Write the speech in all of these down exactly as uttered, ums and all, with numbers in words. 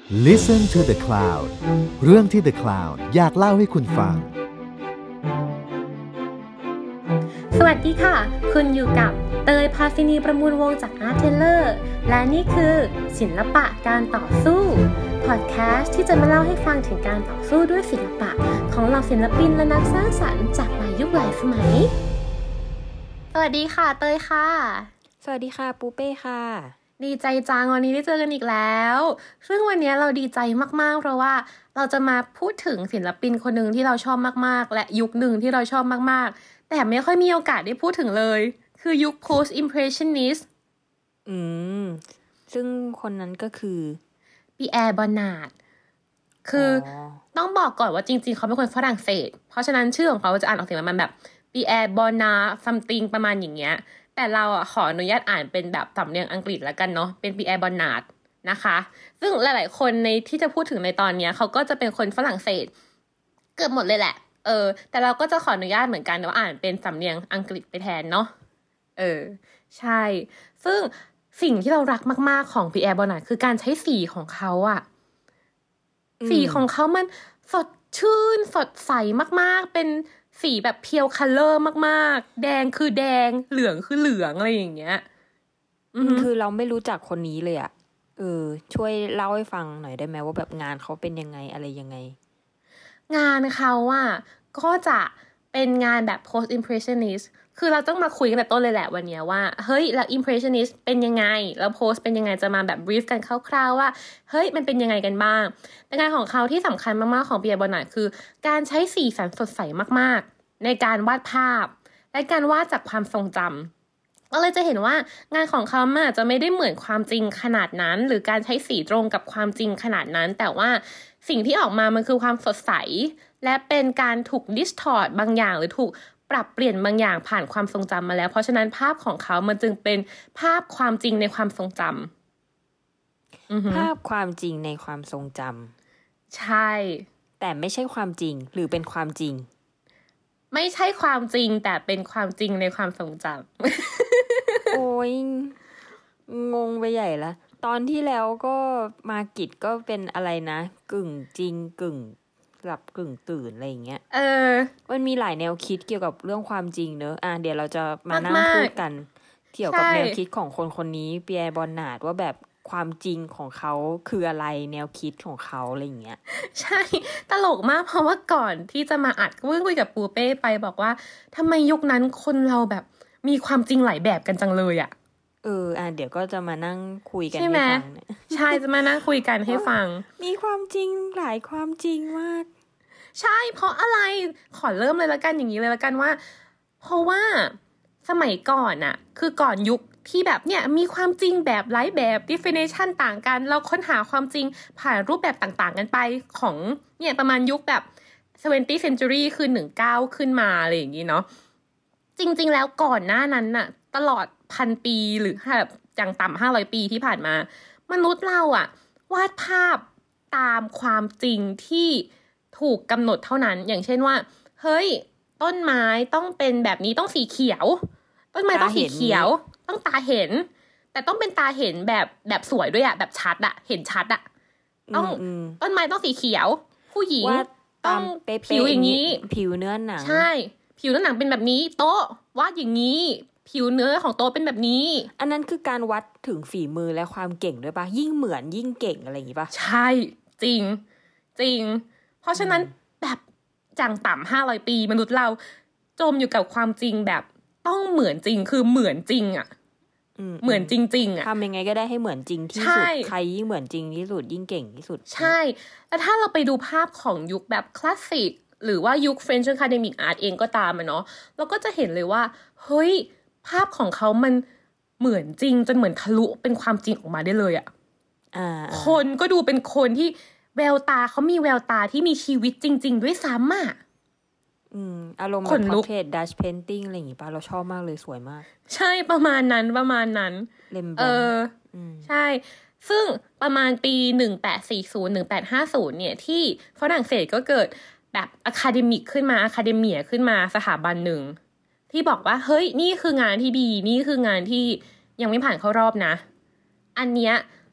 Listen to the Cloud เรื่องที่ The Cloud อยากเล่าให้คุณฟังสวัสดีค่ะคุณอยู่กับเตยภาสินีประมูลวงจาก Art Teller และนี่คือศิลปะการต่อสู้พอดแคสต์ที่จะมาเล่าให้ฟังถึงการต่อสู้ด้วยศิลปะของเหล่าศิลปินและนักสร้างสรรค์จากหลายยุคหลายสมัยสวัสดีค่ะเตยค่ะสวัสดีค่ะปูเป้ค่ะดีใจจังวันนี้ได้เจอกันอีกแล้วซึ่งวันนี้เราดีใจมากๆเพราะว่าเราจะมาพูดถึงศิลปินคนหนึ่งที่เราชอบมากๆและยุคหนึ่งที่เราชอบมากๆแต่ไม่ค่อยมีโอกาสได้พูดถึงเลยคือยุค post impressionist อืมซึ่งคนนั้นก็คือปีแอร์บอนนาร์ดคืออต้องบอกก่อนว่าจริงๆเขาเป็นคนฝรั่งเศสเพราะฉะนั้นชื่อของเขาจะอ่านออกเสียงมันแบบปีแอร์บอนนาร์ something ประมาณอย่างเงี้ยแต่เราอ่ะขออนุญาตอ่านเป็นแบบสำเนียงอังกฤษแล้วกันเนาะเป็นปีแอร์บอนนาร์ดนะคะซึ่งหลายๆคนในที่จะพูดถึงในตอนนี้เขาก็จะเป็นคนฝรั่งเศสเกือบหมดเลยแหละเออแต่เราก็จะขออนุญาตเหมือนกันว่าอ่านเป็นสำเนียงอังกฤษไปแทนเนาะเออใช่ซึ่งสิ่งที่เรารักมากๆของปีแอร์บอนนาร์ดคือการใช้สีของเขาอะสีของเขามันสดชื่นสดใสมากๆเป็นสีแบบเพียวคัลเลอร์มากๆแดงคือแดงเหลืองคือเหลืองอะไรอย่างเงี้ยคือเราไม่รู้จักคนนี้เลยอะเออช่วยเล่าให้ฟังหน่อยได้ไหมว่าแบบงานเขาเป็นยังไงอะไรยังไงงานเขาอะก็จะเป็นงานแบบ post impressionist คือเราต้องมาคุยกันแต่ต้นเลยแหละวันนี้ว่าเฮ้ยแล้ว impressionist เป็นยังไงแล้ว post เป็นยังไงจะมาแบบ brief กันคร่าวๆว่าเฮ้ยมันเป็นยังไงกันบ้างแต่งานของเขาที่สำคัญมากๆของปีแอร์บอนนาร์ดคือการใช้สีสันสดใสมากๆในการวาดภาพและการวาดจากความทรงจำก็เลยจะเห็นว่างานของเขาอาจจะไม่ได้เหมือนความจริงขนาดนั้นหรือการใช้สีตรงกับความจริงขนาดนั้นแต่ว่าสิ่งที่ออกมามันคือความสดใสและเป็นการถูก distort บางอย่างหรือถูกปรับเปลี่ยนบางอย่างผ่านความทรงจำมาแล้วเพราะฉะนั้นภาพของเขามันจึงเป็นภาพความจริงในความทรงจำภาพความจริงในความทรงจำใช่แต่ไม่ใช่ความจริงหรือเป็นความจริงไม่ใช่ความจริงแต่เป็นความจริงในความทรงจำโอ้ยงงไปใหญ่ละตอนที่แล้วก็มากิจก็เป็นอะไรนะกึ่งจริงกึ่งหลับกึ่งตื่นอะไรอย่างเงี้ยเออมันมีหลายแนวคิดเกี่ยวกับเรื่องความจริงเนอะอ่ะเดี๋ยวเราจะมานั่งพูดกันเกี่ยวกับแนวคิดของคนคนนี้ปีแอร์บอนนาร์ดว่าแบบความจริงของเขาคืออะไรแนวคิดของเขาอะไรอย่างเงี้ยใช่ตลกมากเพราะว่าก่อนที่จะมาอัดก็เพิ่งคุยกับปูเป้ไปบอกว่าทำไมยุคนั้นคนเราแบบมีความจริงหลายแบบกันจังเลยอ่ะเอออ่ะเดี๋ยวก็จะมานั่งคุยกันให้ฟังใช่จะมานั่งคุยกันให้ฟังมีความจริงหลายความจริงมากใช่เพราะอะไรขอเริ่มเลยละกันอย่างนี้เลยละกันว่าเพราะว่าสมัยก่อนน่ะคือก่อนยุคที่แบบเนี่ยมีความจริงแบบหลายแบบ definition ต่างกันเราค้นหาความจริงผ่านรูปแบบต่างๆกันไปของเนี่ยประมาณยุคแบบtwentieth century คือสิบเก้าขึ้นมาอะไรอย่างนี้เนาะจริงๆแล้วก่อนหน้านั้นน่ะตลอดพันปีหรือแบบอย่างต่ำห้าร้อยปีที่ผ่านมามนุษย์เราอะวาดภาพตามความจริงที่ถูกกำหนดเท่านั้นอย่างเช่นว่าเฮ้ยต้นไม้ต้องเป็นแบบนี้ต้องสีเขียวต้นไม้ต้องสีเขียวต้องตาเห็นแต่ต้องเป็นตาเห็นแบบแบบสวยด้วยอะแบบชัดอะเห็นชัดอะต้องต้นไม้ต้องสีเขียวผู้หญิงต้องผิวอย่างนี้ผิวเนื้อหนังใช่ผิวเนื้อหนังเป็นแบบนี้โต๊ะวาดอย่างนี้ผิวเนื้อของโต๊ะเป็นแบบนี้อันนั้นคือการวัดถึงฝีมือและความเก่งด้วยปะยิ่งเหมือนยิ่งเก่งอะไรอย่างงี้ปะใช่จริงจริงเพราะฉะนั้นแบบจังต่ำห้าร้อยปีมนุษย์เราจมอยู่กับความจริงแบบต้องเหมือนจริงคือเหมือนจริงอ่ะเหมือนจริงๆอ่ะทำยังไงก็ได้ให้เหมือนจริงที่สุดใครยิ่งเหมือนจริงที่สุดยิ่งเก่งที่สุดใช่แล้วถ้าเราไปดูภาพของยุคแบบคลาสสิกหรือว่ายุค French Academic Art เองก็ตามอะเนาะเราก็จะเห็นเลยว่าเฮ้ยภาพของเขามันเหมือนจริงจนเหมือนทะลุเป็นความจริงออกมาได้เลยอ่ะคนก็ดูเป็นคนที่แววตาเขามีแววตาที่มีชีวิตจริงๆด้วยซ้ำอ่ะอืมอารมณ์แบบ portrait Dutch painting อะไรอย่างงี้ป่ะเราชอบมากเลยสวยมากใช่ประมาณนั้นประมาณนั้นเออใช่ซึ่งประมาณปีหนึ่งพันแปดร้อยสี่สิบ หนึ่งพันแปดร้อยห้าสิบเนี่ยที่ฝรั่งเศสก็เกิดแบบอะคาเดมิกขึ้นมาอะคาเดเมียขึ้นมาสถาบันหนึ่งที่บอกว่าเฮ้ยนี่คืองานที่ดีนี่คืองานที่ยังไม่ผ่านเข้ารอบนะอันเนี้ย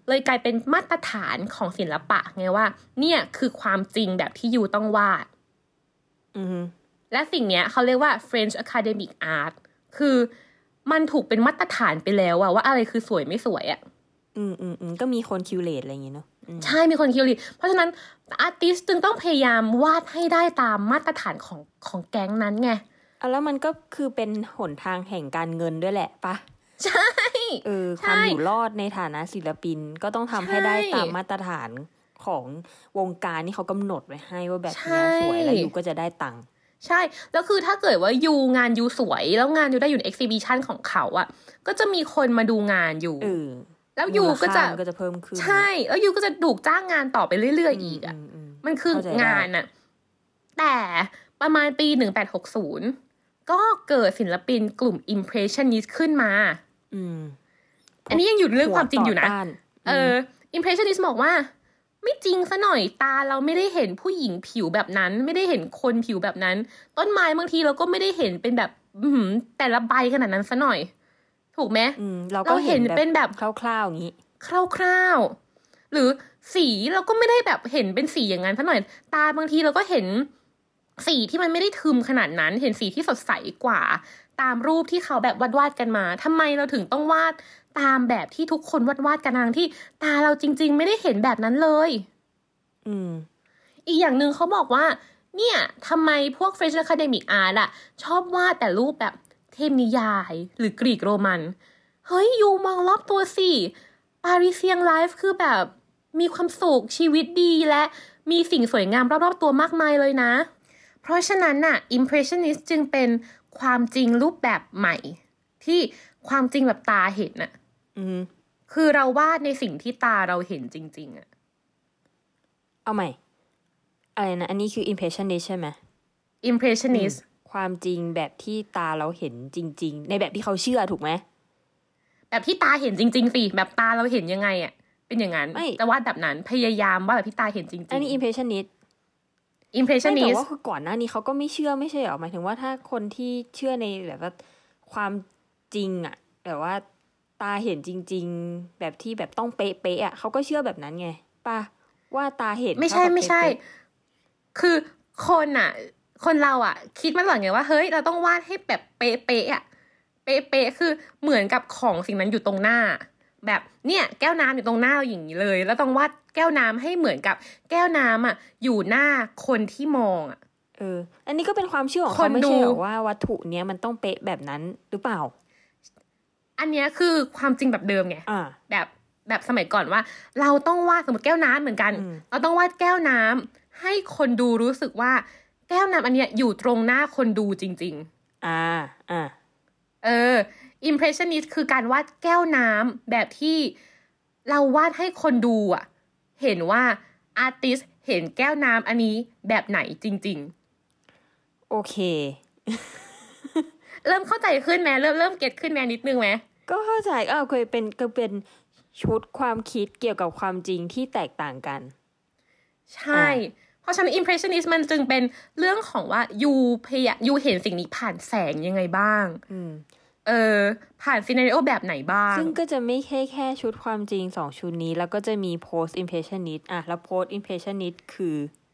เลยกลายเป็นมาตรฐานของศิลปะไงว่าเนี่ยคือความจริงแบบที่ยูต้องวาดอือฮึและสิ่งเนี้ยเขาเรียกว่า French Academic Art คือมันถูกเป็นมาตรฐานไปแล้วอะว่าอะไรคือสวยไม่สวยอะอืมอืมอืมก็มีคนคิวเลตอะไรอย่างเงี้ยเนาะใช่มีคนคิวเลตเพราะฉะนั้นอาร์ติสต์จึงต้องพยายามวาดให้ได้ตามมาตรฐานของของแก๊งนั้นไงอ่ะแล้วมันก็คือเป็นหนทางแห่งการเงินด้วยแหละปะใช่เออความอยู่รอดในฐานะศิลปินก็ต้องทำให้ได้ตามมาตรฐานของวงการที่เขากำหนดไว้ให้ว่าแบบนี้สวยแล้วยูก็จะได้ตังค์ใช่แล้วคือถ้าเกิดว่ายูงานยูสวยแล้วงานยูได้อยู่ในเอ็กซิบิชันของเขาอ่ะก็จะมีคนมาดูงานอยู่แล้วยูก็จะก็จะเพิ่มขึ้นใช่แล้วยูก็จะถูกจ้างงานต่อไปเรื่อยๆอีกอ่ะมันคืองานอ่ะแต่ประมาณปีหนึ่งพันแปดร้อยหกสิบก็เกิดศิลปินกลุ่ม Impressionist ขึ้นมาอืมอันนี้ยังอยู่เรื่องความจริงอยู่นะเออ Impressionist บอกว่าไม่จริงซะหน่อยตาเราไม่ได้เห็นผู้หญิงผิวแบบนั้นไม่ได้เห็นคนผิวแบบนั้นต้นไม้บางทีเราก็ไม่ได้เห็นเป็นแบบแต่ละใบขนาดนั้นซะหน่อยถูกไหมเราก็เห็นเป็นแบบคร่าวๆอย่างนี้คร่าวๆหรือสีเราก็ไม่ได้แบบเห็นเป็นสีอย่างนั้นซะหน่อยตาบางทีเราก็เห็นสีที่มันไม่ได้ทึมขนาดนั้นเห็นสีที่สดใสกว่าตามรูปที่เขาแบบวาดๆกันมาทำไมเราถึงต้องวาดตามแบบที่ทุกคนวาดวาดกันทางที่ตาเราจริงๆไม่ได้เห็นแบบนั้นเลยอืมอีกอย่างหนึ่งเขาบอกว่าเนี่ยทำไมพวก French Academic Art อะชอบวาดแต่รูปแบบเทพนิยายหรือกรีกโรมันเฮ้ยยูมองรอบตัวสิปารีเซียงไลฟ์คือแบบมีความสุขชีวิตดีและมีสิ่งสวยงามรอบๆตัวมากมายเลยนะเพราะฉะนั้นน่ะ Impressionist จึงเป็นความจริงรูปแบบใหม่ที่ความจริงแบบตาเห็นน่ะอืมคือเราวาดในสิ่งที่ตาเราเห็นจริงๆอ่ะเอาใหม่อะไรนะอันนี้คือ impressionist ใช่ไหม impressionist ความจริงแบบที่ตาเราเห็นจริงๆในแบบที่เขาเชื่อถูกไหมแบบที่ตาเห็นจริงๆสิแบบตาเราเห็นยังไงอ่ะเป็นอย่างนั้นจะวาดแบบนั้นพยายามวาดแบบที่ตาเห็นจริงๆอันนี้ impressionist impressionist แต่ว่าคือก่อนหน้านี้เขาก็ไม่เชื่อไม่ใช่หรอหมายถึงว่าถ้าคนที่เชื่อในแบบว่าความจริงอ่ะแบบว่าตาเห็นจริงๆแบบที่แบบต้องเป๊ะๆอ่ะเขาก็เชื่อแบบนั้นไงป่ะว่าตาเห็นไม่ใช่ไม่ใช่คือคนอ่ะคนเราอ่ะคิดมาก่อนไงว่าเฮ้ยเราต้องวาดให้แบบเป๊ะๆอ่ะเป๊ะๆคือเหมือนกับของสิ่งนั้นอยู่ตรงหน้าแบบเนี่ยแก้วน้ำอยู่ตรงหน้าเราอย่างนี้เลยแล้วต้องวาดแก้วน้ำให้เหมือนกับแก้วน้ำอ่ะอยู่หน้าคนที่มองอ่ะเอออันนี้ก็เป็นความเชื่อของเขาไม่ใช่หรอว่าวัตถุเนี้ยมันต้องเป๊ะแบบนั้นหรือเปล่าอันเนี้ยคือความจริงแบบเดิมไงแบบแบบสมัยก่อนว่าเราต้องวาดสมมติแก้วน้ำเหมือนกันเราต้องวาดแก้วน้ำให้คนดูรู้สึกว่าแก้วน้ำอันเนี้ยอยู่ตรงหน้าคนดูจริงๆอ่าอ่าเออ impressionist คือการวาดแก้วน้ำแบบที่เราวาดให้คนดูอ่ะเห็นว่าอาร์ติสเห็นแก้วน้ำอันนี้แบบไหนจริงๆโอเคเริ่มเข้าใจขึ้นไหมเริ่มเริ่มเก็ตขึ้นแม่นิดนึงไหมก็เข้าใจอ้าวเคยเป็นก็เป็นชุดความคิดเกี่ยวกับความจริงที่แตกต่างกันใช่เพราะฉะนั้น impressionist มันจึงเป็นเรื่องของว่ายูพยายูเห็นสิ่งนี้ผ่านแสงยังไงบ้างเออผ่านซีนาริโอแบบไหนบ้างซึ่งก็จะไม่แค่แค่ชุดความจริงสองชุดนี้แล้วก็จะมี post impressionist อ่ะแล้ว post impressionist คือ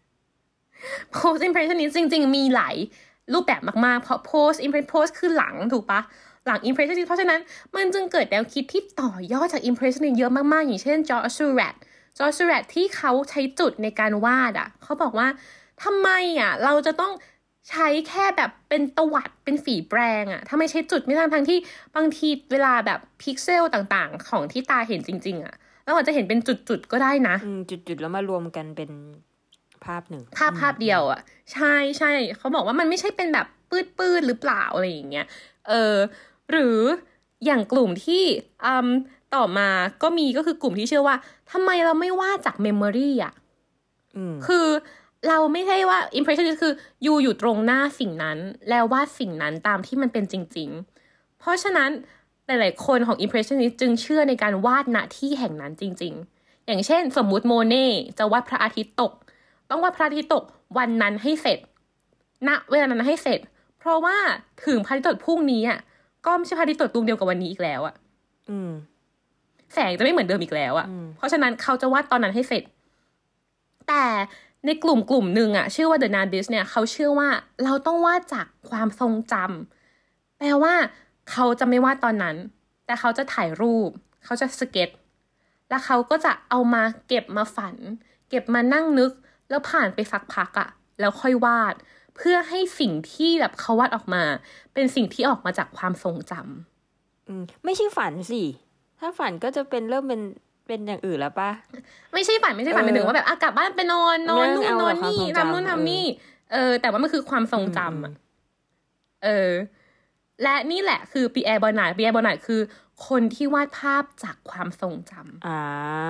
post impressionist จริงๆมีหลายรูปแบบมากๆเพราะ post impressionist post คือหลังถูกปะหลัง impressionist เพราะฉะนั้นมันจึงเกิดแนวคิดที่ต่อยอดจาก impressionist เยอะมากๆอย่างเช่น George Seurat George Seurat ที่เขาใช้จุดในการวาดอ่ะเขาบอกว่าทำไมอ่ะเราจะต้องใช้แค่แบบเป็นตวัดเป็นฝีแปรงอ่ะทำไมใช้จุดไม่ได้ทั้งที่บางทีเวลาแบบพิกเซลต่างๆของที่ตาเห็นจริงๆอ่ะเราอาจจะเห็นเป็นจุดๆก็ได้นะจุดๆแล้วมารวมกันเป็นภาพหนึ่งภาพภาพเดียวอ่ะใช่ใช่เขาบอกว่ามันไม่ใช่เป็นแบบปื้ดๆหรือเปล่าอะไรอย่างเงี้ยเออหรืออย่างกลุ่มที่อืมต่อมาก็มีก็คือกลุ่มที่เชื่อว่าทำไมเราไม่วาดจากเมมโมรีอ่ะคือเราไม่ใช่ว่า impressionist คืออยู่อยู่ตรงหน้าสิ่งนั้นแล้ววาดสิ่งนั้นตามที่มันเป็นจริงๆเพราะฉะนั้นหลายๆคนของ impressionist จึงเชื่อในการวาดณที่แห่งนั้นจริงๆอย่างเช่นสมมุติโมเน่จะวาดพระอาทิตย์ตกต้องวาดพระอาทิตย์ตกวันนั้นให้เสร็จณเวลานั้นให้เสร็จเพราะว่าถึงพระอาทิตย์ตกพรุ่งนี้อ่ะก็ไม่ใช่พระอาทิตย์ตกดวงเดียวกับวันนี้อีกแล้วอ่ะอืมแสงจะไม่เหมือนเดิมอีกแล้วอะเพราะฉะนั้นเขาจะวาดตอนนั้นให้เสร็จแต่ในกลุ่มกลุ่มหนึ่งอะชื่อว่า The Nabis เนี่ยเขาเชื่อว่าเราต้องวาดจากความทรงจำแปลว่าเขาจะไม่วาดตอนนั้นแต่เขาจะถ่ายรูปเขาจะสเก็ตแล้วเขาก็จะเอามาเก็บมาฝันเก็บมานั่งนึกแล้วผ่านไปสักพักอะแล้วค่อยวาดเพื่อให้สิ่งที่แบบเขาวาดออกมาเป็นสิ่งที่ออกมาจากความทรงจำอืมไม่ใช่ฝันสิถ้าฝันก็จะเป็นเริ่มเป็นเป็นอย่างอื่นแล้วปะไม่ใช่ฝันไม่ใช่ฝันหมายถึงว่าแบบอ่ะกลับบ้านไปนอนนอนนู่นนอนนี่ทำนู่นทำนี่เออแต่ว่ามันคือความทรงจำอ่ะเออและนี่แหละคือปีแอร์บอนาร์ดปีแอร์บอนาร์ดคือคนที่วาดภาพจากความทรงจำอ่า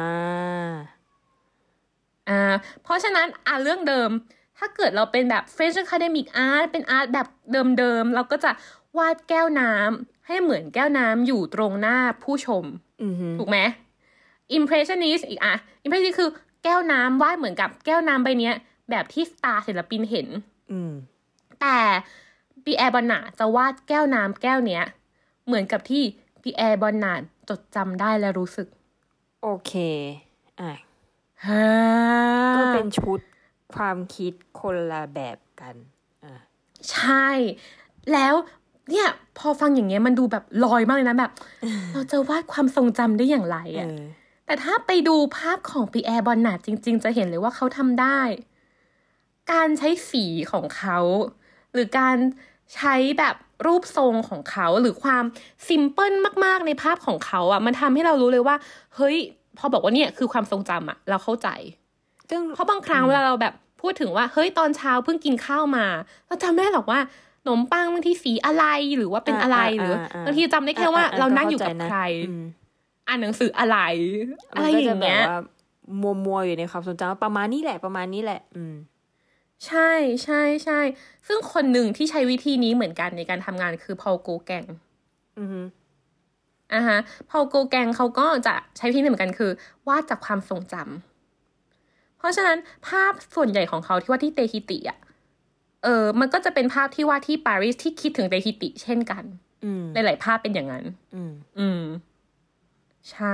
อ่าเพราะฉะนั้นอ่ะเรื่องเดิมถ้าเกิดเราเป็นแบบ French Academic Art เป็นอาร์ตแบบเดิมๆเราก็จะวาดแก้วน้ำให้เหมือนแก้วน้ำอยู่ตรงหน้าผู้ชมถูกไหม Impressionist อีกอ่ะ Impressionist คือแก้วน้ำวาดเหมือนกับแก้วน้ำใบนี้แบบที่สตาร์ศิลปินเห็นแต่ปีแอร์บอนนาร์ดจะวาดแก้วน้ำแก้วเนี้ยเหมือนกับที่ปีแอร์บอนนาร์ดจดจำได้และรู้สึกโอเคอ่ะก็เป็นชุดความคิดคนละแบบกันอ่ะใช่แล้วเนี่ยพอฟังอย่างเงี้ยมันดูแบบลอยมากเลยนะแบบ เราจะวาดความทรงจำได้อย่างไรอ่ะแต่ถ้าไปดูภาพของปีแอร์บอนนาร์ดจริงๆจะเห็นเลยว่าเขาทำได้การใช้สีของเขาหรือการใช้แบบรูปทรงของเขาหรือความซิมเพิลมากๆในภาพของเขาอ่ะมันทำให้เรารู้เลยว่าเฮ้ยพอบอกว่าเนี่ยคือความทรงจำอ่ะเราเข้าใจเพราะบางครั้งเวลาเราแบบพูดถึงว่าเฮ้ยตอนเช้าเพิ่งกินข้าวมาเราจำไม่ได้หรอกว่าขนมปังบางทีสีอะไรหรือว่าเป็นอะไรหรือบางทีจำได้แค่ว่าเรานั่งอยู่กับใครอ่านหนังสืออะไรอะไรอย่างเงี้ยมัวมัวอยู่ในความทรงจำประมาณนี้แหละประมาณนี้แหละอืมใช่ใช่ใช่ซึ่งคนหนึ่งที่ใช้วิธีนี้เหมือนกันในการทำงานคือพอลโกแกงอือฮึอ่าฮะพอลโกแกงเขาก็จะใช้วิธีเหมือนกันคือวาดจากความทรงจำเพราะฉะนั้นภาพส่วนใหญ่ของเขาที่วาดที่เตฮิติอ่ะเออมันก็จะเป็นภาพที่วาดที่ปารีสที่คิดถึงเตฮิติเช่นกันหลายๆภาพเป็นอย่างนั้นอืมอืมใช่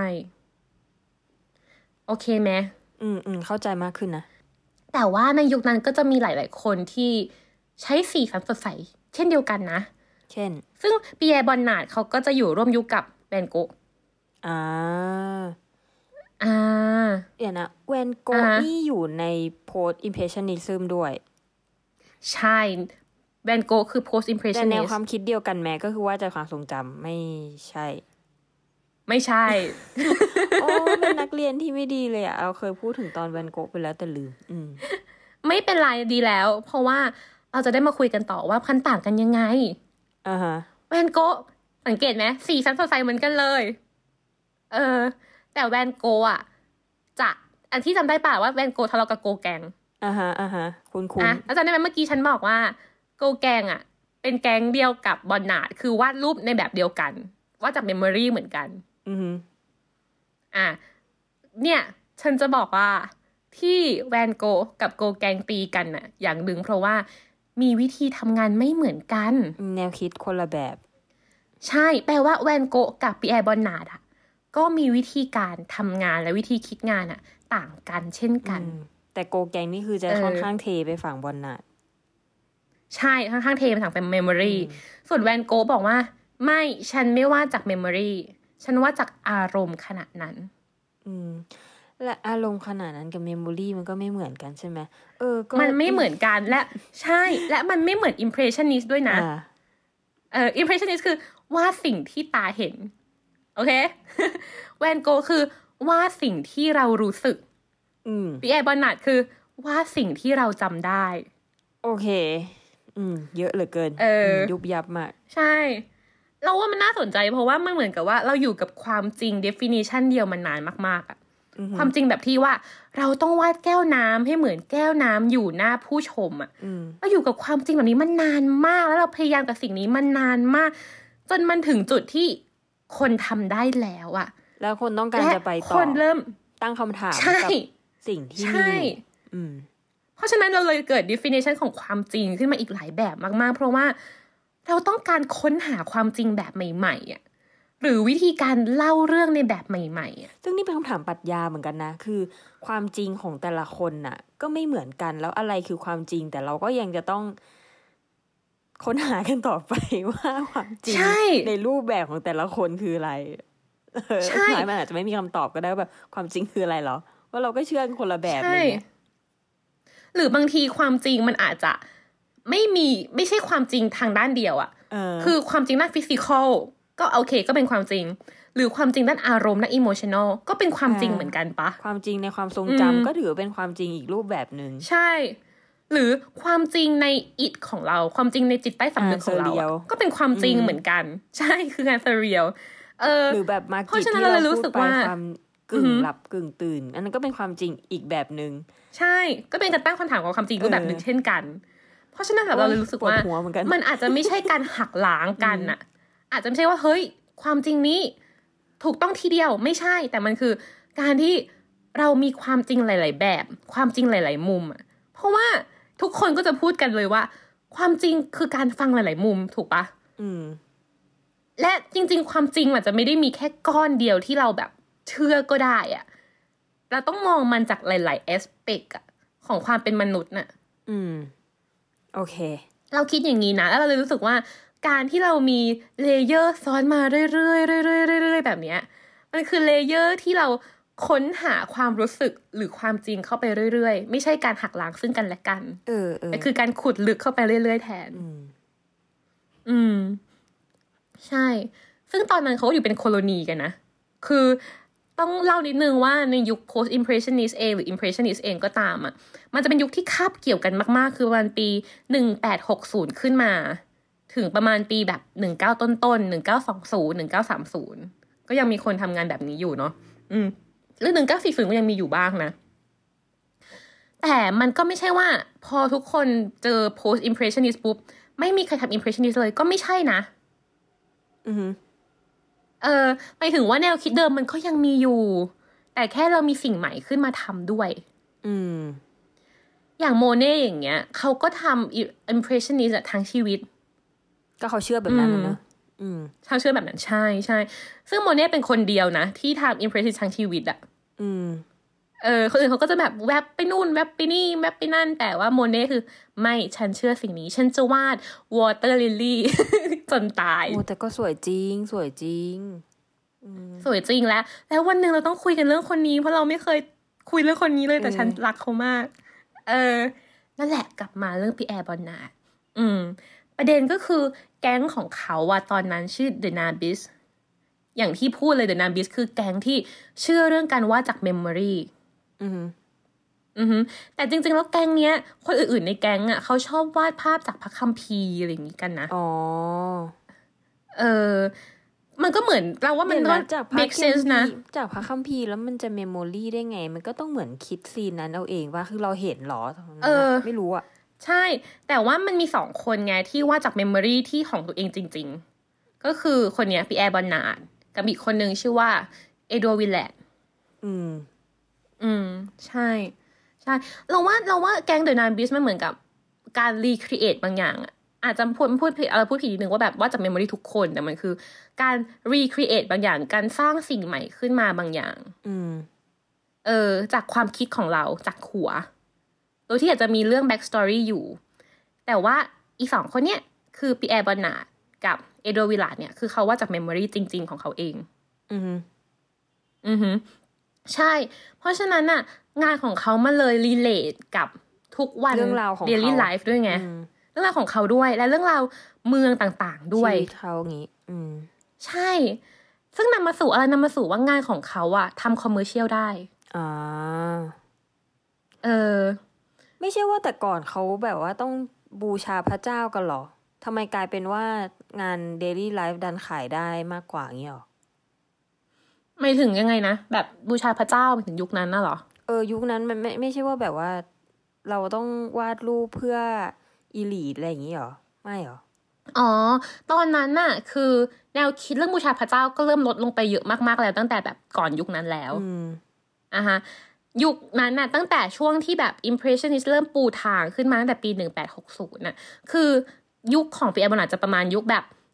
โอเคไหมอืมอืมเข้าใจมากขึ้นนะแต่ว่าในยุคนั้นก็จะมีหลายๆคนที่ใช้สีสันสดใสเช่นเดียวกันนะเช่นซึ่งปีแอร์บอนนาร์ดเขาก็จะอยู่ร่วมยุคกับแวนโกะอ่าอ่าเดี๋ยวนะแวนโกะนี่อยู่ในโพสต์อิมเพรสชันนิซึมด้วยใช่แวนโกะคือโพสต์อิมเพรสชันนิสต์แต่แนวความคิดเดียวกันแม้ก็คือว่าจากความทรงจำไม่ใช่ไม่ใช่โอ้เป็นนักเรียนที่ไม่ดีเลยอ่ะเราเคยพูดถึงตอนแวนโกะไปแล้วแต่ลืมอืมไม่เป็นไรดีแล้วเพราะว่าเราจะได้มาคุยกันต่อว่าพันต่างกันยังไงอ่าฮะแวนโกะสังเกตไหมสีสันสดใสเหมือนกันเลยเออแต่แวนโกะอ่ะจะอันที่จำได้ป่ะว่าแวนโกะทะเลาะกับโกแกงอ่าฮะอ่าฮะคุณคุณอ่ะแล้วจำได้ไหมเมื่อกี้ฉันบอกว่าโกแกงอ่ะเป็นแก๊งเดียวกับบอนนาร์ดคือวาดรูปในแบบเดียวกันวาดจากเมมโมรี่เหมือนกันอือฮึอ่ะเนี่ยฉันจะบอกว่าที่แวนโกะกับโกแกงตีกันน่ะอย่างหนึ่งเพราะว่ามีวิธีทำงานไม่เหมือนกันแนวคิดคนละแบบใช่แปลว่าแวนโกะกับปีแอร์บอนนาร์ดอ่ะก็มีวิธีการทำงานและวิธีคิดงานอ่ะต่างกันเช่นกันแต่โกแกงนี่คือจะค่อนข้างเทไปฝั่งบอนนาร์ดใช่ค่อนข้างเทไปฝั่งเป็นเมมโมรีส่วนแวนโกะบอกว่าไม่ฉันไม่ว่าจากเมมโมรีฉันว่าจากอารมณ์ขณะนั้นอืมและอารมณ์ขนาดนั้นกับเมมโมรี่มันก็ไม่เหมือนกันใช่ไหมเออก็มันไม่เหมือนกันและใช่และมันไม่เหมือน impressionist ด้วยนะเออ impressionist คือวาดสิ่งที่ตาเห็นโอเค แวนโกคือวาดสิ่งที่เรารู้สึกปีแอร์บอนนาร์ดคือวาดสิ่งที่เราจำได้โอเคอืมเยอะเหลือเกินเออยุบยับมากใช่เราว่ามันน่าสนใจเพราะว่ามันเหมือนกับว่าเราอยู่กับความจริง definition เดียวมันนานมากๆอะความจริงแบบที่ว่าเราต้องวาดแก้วน้ำให้เหมือนแก้วน้ำอยู่หน้าผู้ชมอ่ะเราอยู่กับความจริงแบบนี้มันนานมากแล้วเราพยายามกับสิ่งนี้มันนานมากจนมันถึงจุดที่คนทำได้แล้วอ่ะแล้วคนต้องการจะไปต่อคนเริ่มตั้งคำถามกับสิ่งที่มีเพราะฉะนั้นเราเลยเกิด definition ของความจริงขึ้นมาอีกหลายแบบมากๆเพราะว่าเราต้องการค้นหาความจริงแบบใหม่ๆอ่ะหรือวิธีการเล่าเรื่องในแบบใหม่ๆอ่ะซึ่งนี่เป็นคำถามปรัชญาเหมือนกันนะคือความจริงของแต่ละคนน่ะก็ไม่เหมือนกันแล้วอะไรคือความจริงแต่เราก็ยังจะต้องค้นหากันต่อไปว่าความจริงใช่ในรูปแบบของแต่ละคนคืออะไรใช่มันอาจจะไม่มีคำตอบก็ได้แบบความจริงคืออะไรหรอว่าเราก็เชื่อคนละแบบอะไรเงี้ยหรือบางทีความจริงมันอาจจะไม่มีไม่ใช่ความจริงทางด้านเดียวอ่ะคือความจริงด้านฟิสิกอลก็โอเคก็เป็นความจริงหรือความจริงด้านอารมณ์ด้านอิโมชันนอลก็เป็นความจริงเหมือนกันปะความจริงในความทรงจำก็ถือเป็นความจริงอีกรูปแบบนึงใช่หรือความจริงในอิทของเราความจริงในจิตใต้สำนึกของเราก็เป็นความจริงเหมือนกันใช่คืองานเซเรียลเออหรือแบบมากิที่เรารู้สึกว่าความกึ่งหลับกึ่งตื่นอันนั้นก็เป็นความจริงอีกแบบนึงใช่ก็เป็นการตั้งคำถามของความจริงรูปแบบนึงเช่นกันเพราะฉะนั้นเราเลยรู้สึกว่ามันอาจจะไม่ใช่การหักล้างกันน่ะอาจจะไม่ใช่ว่าเฮ้ยความจริงนี้ถูกต้องทีเดียวไม่ใช่แต่มันคือการที่เรามีความจริงหลายๆแบบความจริงหลายๆมุมอ่ะเพราะว่าทุกคนก็จะพูดกันเลยว่าความจริงคือการฟังหลายๆมุมถูกปะอืมและจริงๆความจริงมันจะไม่ได้มีแค่ก้อนเดียวที่เราแบบเชื่อก็ได้อ่ะเราต้องมองมันจากหลายๆแอสเปกอ่ะของความเป็นมนุษย์น่ะอืมโอเคเราคิดอย่างนี้นะแล้วเราเลยรู้สึกว่าการที่เรามีเลเยอร์ซ้อนมาเรื่อยๆเรื่อยๆเรื่อยๆแบบเนี้ยมันคือเลเยอร์ที่เราค้นหาความรู้สึกหรือความจริงเข้าไปเรื่อยๆไม่ใช่การหักล้างซึ่งกันและกันเออเออแต่คือการขุดลึกเข้าไปเรื่อยๆแทนอืมอืมใช่ซึ่งตอนนั้นเขาอยู่เป็นโคโลนีกันนะคือต้องเล่านิดนึงว่าในยุค post impressionist เองหรือ impressionist เองก็ตามอ่ะมันจะเป็นยุคที่คาบเกี่ยวกันมากๆคือประมาณปีหนึ่งพันแปดร้อยหกสิบขึ้นมาถึงประมาณปีแบบหนึ่งเก้าต้นๆหนึ่งเก้าสองศูนย์ หนึ่งเก้าสามศูนย์ก็ยังมีคนทำงานแบบนี้อยู่เนาะอืมหรือหนึ่งเก้าสี่ศูนย์ก็ยังมีอยู่บ้างนะแต่มันก็ไม่ใช่ว่าพอทุกคนเจอ post impressionist ปุ๊บไม่มีใครทำ impressionist เลยก็ไม่ใช่นะอือฮึเออหมายถึงว่าแนวคิดเดิมมันก็ยังมีอยู่แต่แค่เรามีสิ่งใหม่ขึ้นมาทำด้วยอืมอย่างโมเน่อย่างเงี้ยเขาก็ทำ impressionist ทั้งชีวิตก็เขาเชื่อแบบนั้นนะอืมเขาเชื่อแบบนั้นใช่ใช่ซึ่งโมเน่เป็นคนเดียวนะที่ทำ impressionist ทั้งชีวิตอะอืมเออคนอื่นเขาก็จะแบบแวบไปนู่นแวบไปนี่แวบไปนั่นแต่ว่าโมเน่คือไม่ฉันเชื่อสิ่งนี้ฉันจะวาด water lily จนตายโอ้แต่ก็สวยจริงสวยจริงสวยจริงแล้วแล้ววันหนึ่งเราต้องคุยกันเรื่องคนนี้เพราะเราไม่เคยคุยเรื่องคนนี้เลยแต่ฉันรักเขามากเออนั่นแหละกลับมาเรื่องพี่แอร์บอนนาร์ดอืมประเด็นก็คือแก๊งของเขาอะตอนนั้นชื่อ The Nabis อย่างที่พูดเลย The Nabis คือแก๊งที่เชื่อเรื่องการวาดจากเมมโมรีอือฮึอือฮึแต่จริงๆแล้วแก๊งเนี้ยคนอื่นๆในแก๊งอะเขาชอบวาดภาพจากพระคัมภีร์อะไรอย่างงี้กันนะอ๋อเออมันก็เหมือนเราว่ามันก็ make sense นะจากพระคัมภีร์แล้วมันจะเมมโมรี่ได้ไงมันก็ต้องเหมือนคิดซีนนั้นเอาเองว่าคือเราเห็นหรอเออไม่รู้อะใช่แต่ว่ามันมีสองคนไงที่วาดจากเมมโมรี่ที่ของตัวเองจริงๆก็คือคนเนี้ยพี่แอร์บอนนาร์ดกับอีกคนนึงชื่อว่าเอโดวิลเลตอืมอืมใช่ใช่เราว่าเราว่าแก๊งเดอะนาบิสมันเหมือนกับการรีครีเอทบางอย่างอะอาจจะพูดพูดผิดอะไรพูดผิดนิดนึงว่าแบบว่าจากเมมโมรีทุกคนแต่มันคือการรีครีเอทบางอย่างการสร้างสิ่งใหม่ขึ้นมาบางอย่างอืมเออจากความคิดของเราจากหัวโดยที่อาจจะมีเรื่องแบ็กสตอรี่อยู่แต่ว่าอีสองคนเนี้ยคือปีแอร์บอนนาร์ดกับเอโดวิลาเนี่ยคือเขาว่าจากเมมโมรีจริงๆของเขาเองอือฮึอือฮึใช่เพราะฉะนั้นน่ะงานของเขามาเลยรีเลทกับทุกวันเรื่องราวของ daily life ด้วยไงเรื่องราวของเขาด้วยและเรื่องราวเมืองต่างๆด้วยชีวิตเขางี้ อืมใช่ซึ่งนำมาสู่อะไรนำมาสู่ว่างานของเขาอะทำคอมเมอร์เชียลได้อ่าเออไม่ใช่ว่าแต่ก่อนเขาแบบว่าต้องบูชาพระเจ้ากันหรอทำไมกลายเป็นว่างาน daily life ดันขายได้มากกว่างี้หรอไม่ถึงยังไงนะแบบบูชาพระเจ้าถึงยุคนั้นน่ะหรอเออยุคนั้นมันไม่ไม่ใช่ว่าแบบว่าเราต้องวาดรูปเพื่ออีลีทอะไรอย่างงี้หรอไม่หรออ๋อตอนนั้นน่ะคือแนวคิดเรื่องบูชาพระเจ้าก็เริ่มลดลงไปเยอะมากๆแล้วตั้งแต่แบบก่อนยุคนั้นแล้วอ่ะฮะยุคนั้นน่ะตั้งแต่ช่วงที่แบบ impressionist เริ่มปูทางขึ้นมาตั้งแต่ปีหนึ่งพันแปดร้อยหกสิบน่ะคือยุคของปีแอร์บอนนาร์ดจะประมาณยุคแบบ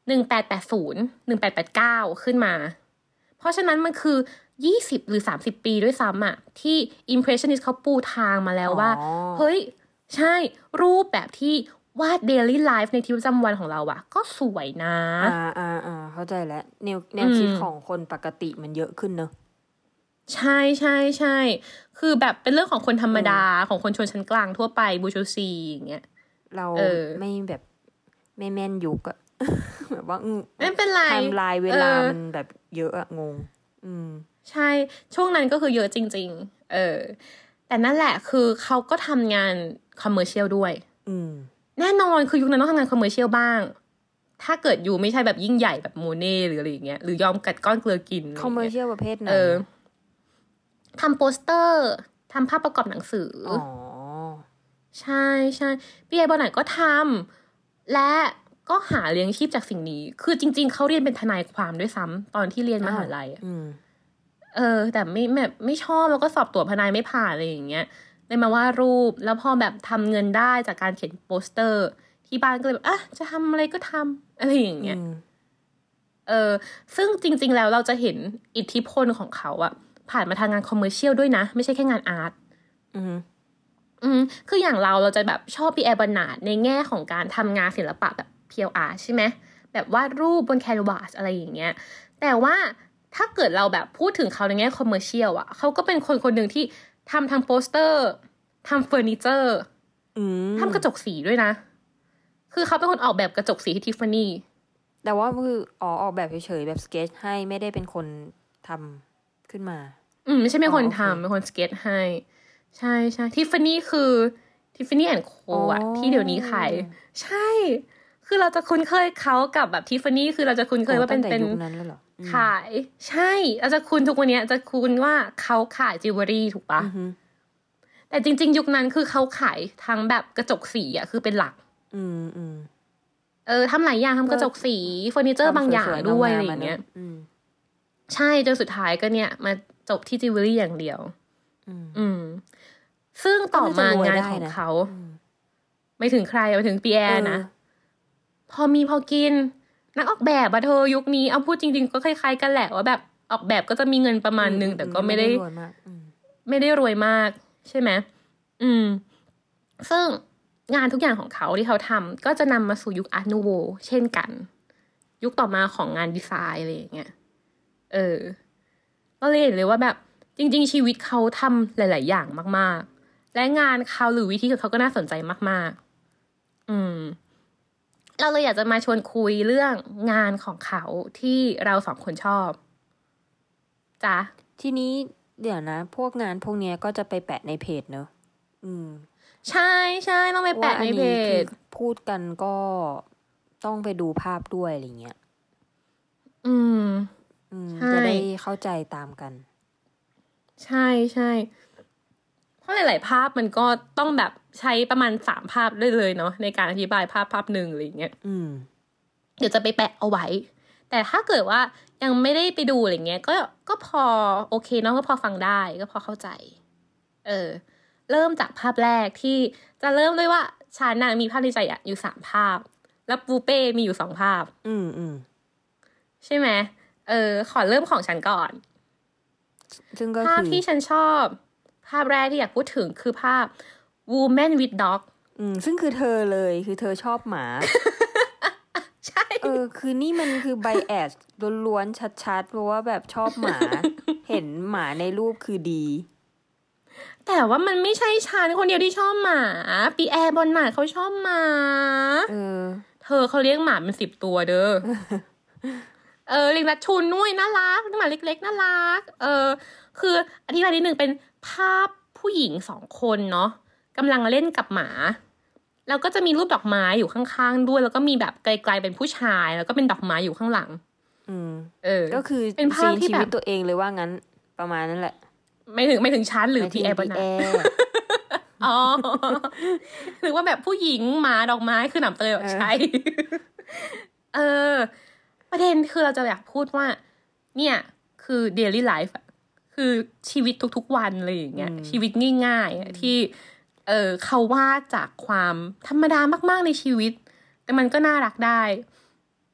หนึ่งแปดแปดศูนย์ หนึ่งแปดแปดเก้าขึ้นมาเพราะฉะนั้นมันคือยี่สิบหรือสามสิบปีด้วยซ้ำอ่ะที่ impressionist เขาปูทางมาแล้วว่าเฮ้ยใช่รูปแบบที่วาด daily life ในชีวิตประจำวันของเราอ่ะก็สวยนะอ่าอ่าอ่าเข้าใจแล้วแนวแนวคิดของคนปกติมันเยอะขึ้นเนอะใช่ใช่ใช่คือแบบเป็นเรื่องของคนธรรมดาของคนชนชั้นกลางทั่วไปบูชูซีอย่างเงี้ยเราไม่แบบไม่แม่นยุคอะแบบว่าไม่เป็นไรไทม์ไลน์เวลามันแบบเยอะอะงงอืมใช่ช่วงนั้นก็คือเยอะจริงๆเออแต่นั่นแหละคือเขาก็ทำงานคอมเมอร์เชียลด้วยอืมแน่นอนคือยุคนั้นต้องทำงานคอมเมอร์เชียลบ้างถ้าเกิดอยู่ไม่ใช่แบบยิ่งใหญ่แบบโมเน่หรืออะไรอย่างเงี้ยหรือยอมกัดก้อนเกลือกินคอมเมอร์เชียลประเภทไหนเออทำโปสเตอร์ทำภาพประกอบหนังสืออ๋อใช่ใช่พี่ไอบอลไหนก็ทำและก็หาเลี้ยงชีพจากสิ่งนี้คือจริงๆเขาเรียนเป็นทนายความด้วยซ้ำตอนที่เรียนมหาลัยอ่ะเออแต่ไม่แบบไม่ชอบแล้วก็สอบตรวจทนายไม่ผ่านอะไรอย่างเงี้ยเลยมาว่ารูปแล้วพอแบบทำเงินได้จากการเขียนโปสเตอร์ที่บ้านก็เลยแบบอ่ะจะทำอะไรก็ทำอะไรอย่างเงี้ยเออซึ่งจริงๆแล้วเราจะเห็นอิทธิพลของเขาอะผ่านมาทางงานคอมเมอร์เชียลด้วยนะไม่ใช่แค่งานอาร์ตอืมอืมคืออย่างเราเราจะแบบชอบปีแอร์บรรนาร์ดในแง่ของการทำงานศิลปะแบบเพียวอาร์ตใช่ไหมแบบวาดรูปบนแคนวาสอะไรอย่างเงี้ยแต่ว่าถ้าเกิดเราแบบพูดถึงเขาในแง่คอมเมอร์เชียลอะเขาก็เป็นคนคนหนึ่งที่ทำทางโปสเตอร์ทำเฟอร์นิเจอร์ทำกระจกสีด้วยนะคือเขาเป็นคนออกแบบกระจกสีให้ทิฟฟานี่แต่ว่าคืออ๋อออกแบบเฉยๆแบบสเก็ตให้ไม่ได้เป็นคนทำขึ้นมาอืมไม่ใช่เป็นคนทำเป็นคนสเก็ตให้ใช่ใช่ทิฟฟานี่คือทิฟฟานี่แอนด์โคอะที่เดี๋ยวนี้ขายใช่คือเราจะคุ้นเคยเขากับแบบทิฟฟานี่คือเราจะคุ้นเคยว่าเป็นเป็นขายใช่เราจะคุ้นทุกวันนี้จะคุ้นว่าเขาขายจิวเวลรี่ถูกปะแต่จริงๆยุคนั้นคือเขาขายทั้งแบบกระจกสีอะคือเป็นหลักอืมอืมเออทำหลายอย่างทำกระจกสีเฟอร์นิเจอร์บางอย่างด้วยอะไรอย่างเงี้ยใช่จนสุดท้ายก็เนี่ยมาจบที่จิวเวลรี่อย่างเดียวอืมซึ่งต่อมางานของเขาไม่ถึงใครไม่ถึงปีแอร์นะพอมีพอกินนักออกแบบอะเธอยุคนี้เอาพูดจริงๆก็คล้ายๆกันแหละว่าแบบออกแบบก็จะมีเงินประมาณนึงแต่ก็ไม่ได้ไม่ได้รวยมากใช่ไหมอืมซึ่งงานทุกอย่างของเขาที่เขาทำก็จะนำมาสู่ยุคอาร์ตนูโวเช่นกันยุคต่อมาของงานดีไซน์อะไรอย่างเงี้ยเออก็เลยเห็นเลยว่าแบบจริงๆชีวิตเขาทำหลายๆอย่างมากๆและงานเขาหรือวิธีของเขาก็น่าสนใจมากๆอืมเราเลยอยากจะมาชวนคุยเรื่องงานของเขาที่เราสองคนชอบจ้ะทีนี้เดี๋ยวนะพวกงานพวกนี้ก็จะไปแปะในเพจเนอะอืมใช่ใช่ต้องไปแปะในเพจพูดกันก็ต้องไปดูภาพด้วยอะไรเงี้ยอืมอืมจะได้เข้าใจตามกันใช่ใช่เพราะหลายๆภาพมันก็ต้องแบบใช้ประมาณสามภาพได้เลยเนาะในการอธิบายภาพภาพหนึ่งอะไรเงี้ยอืมเดี๋ยวจะไปแปะเอาไว้แต่ถ้าเกิดว่ายังไม่ได้ไปดูอะไรเงี้ยก็ก็พอโอเคเนาะก็พอฟังได้ก็พอเข้าใจเออเริ่มจากภาพแรกที่จะเริ่มด้วยว่าฉันน่ะมีภาพในใจอ่ะอยู่สามภาพแล้วปูเป้มีอยู่สองภาพอืมอืมใช่ไหมเออขอเริ่มของฉันก่อนซึ่งก็ภาพที่ฉันชอบภาพแรกที่อยากพูดถึงคือภาพ Woman with Dog อืมซึ่งคือเธอเลยคือเธอชอบหมาใช่เออคือนี่มันคือไบแอสล้วนๆชัดๆเพราะว่าแบบชอบหมา เห็นหมาในรูปคือดีแต่ว่ามันไม่ใช่ฉันคนเดียวที่ชอบหมาปีแอร์บอนนาร์ดเขาชอบหมาเออเธอเขาเลี้ยงหมาเป็นสิบตัวเด้อ เออลิงลัดชูนนุ่ยน่ารักหมาเล็กๆน่ารักเออคืออธิบายนิดนึงเป็นภาพผู้หญิงสองคนเนาะกำลังเล่นกับหมาแล้วก็จะมีรูปดอกไม้อยู่ข้างๆด้วยแล้วก็มีแบบไกลๆเป็นผู้ชายแล้วก็เป็นดอกไม้อยู่ข้างหลังอืมเออก็คือเป็นภาพที่ชีวิตตัวเองเลยว่างั้นประมาณนั้นแหละไม่ถึงไม่ถึงชั้นหรือพี่แอร์ปะนะอ๋อหรือว่าแบบผู้หญิงหมาดอกไม้คือหนำเตยใช่เออประเด็นคือเราจะอยากพูดว่าเนี่ยคือ daily life คือชีวิตทุกๆวันอะไรอย่างเงี้ยชีวิตง่ายๆที่เออเขาวาดจากความธรรมดามากๆในชีวิตแต่มันก็น่ารักได้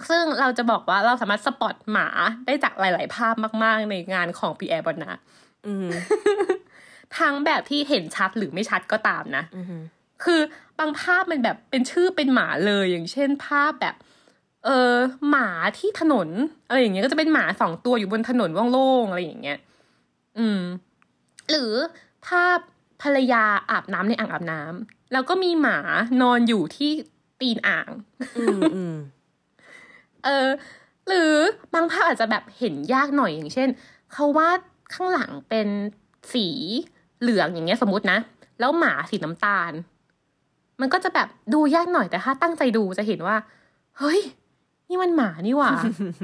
ซึ่งเราจะบอกว่าเราสามารถสปอตหมาได้จากหลายๆภาพมากๆในงานของปีแอร์บอนนาร์ดทั้งแบบที่เห็นชัดหรือไม่ชัดก็ตามนะคือบางภาพมันแบบเป็นชื่อเป็นหมาเลยอย่างเช่นภาพแบบเออหมาที่ถนนอะไรอย่างเงี้ยก็จะเป็นหมาสองตัวอยู่บนถนนโล่งๆอะไรอย่างเงี้ยอืมหรือภาพภรรยาอาบน้ำในอ่างอาบน้ำแล้วก็มีหมานอนอยู่ที่ตีนอ่างเออหรือบางภาพอาจจะแบบเห็นยากหน่อยอย่างเช่นเขาวาดข้างหลังเป็นสีเหลืองอย่างเงี้ยสมมตินะแล้วหมาสีน้ำตาลมันก็จะแบบดูยากหน่อยแต่ถ้าตั้งใจดูจะเห็นว่าเฮ้ยนี่มันหมานี่หว่า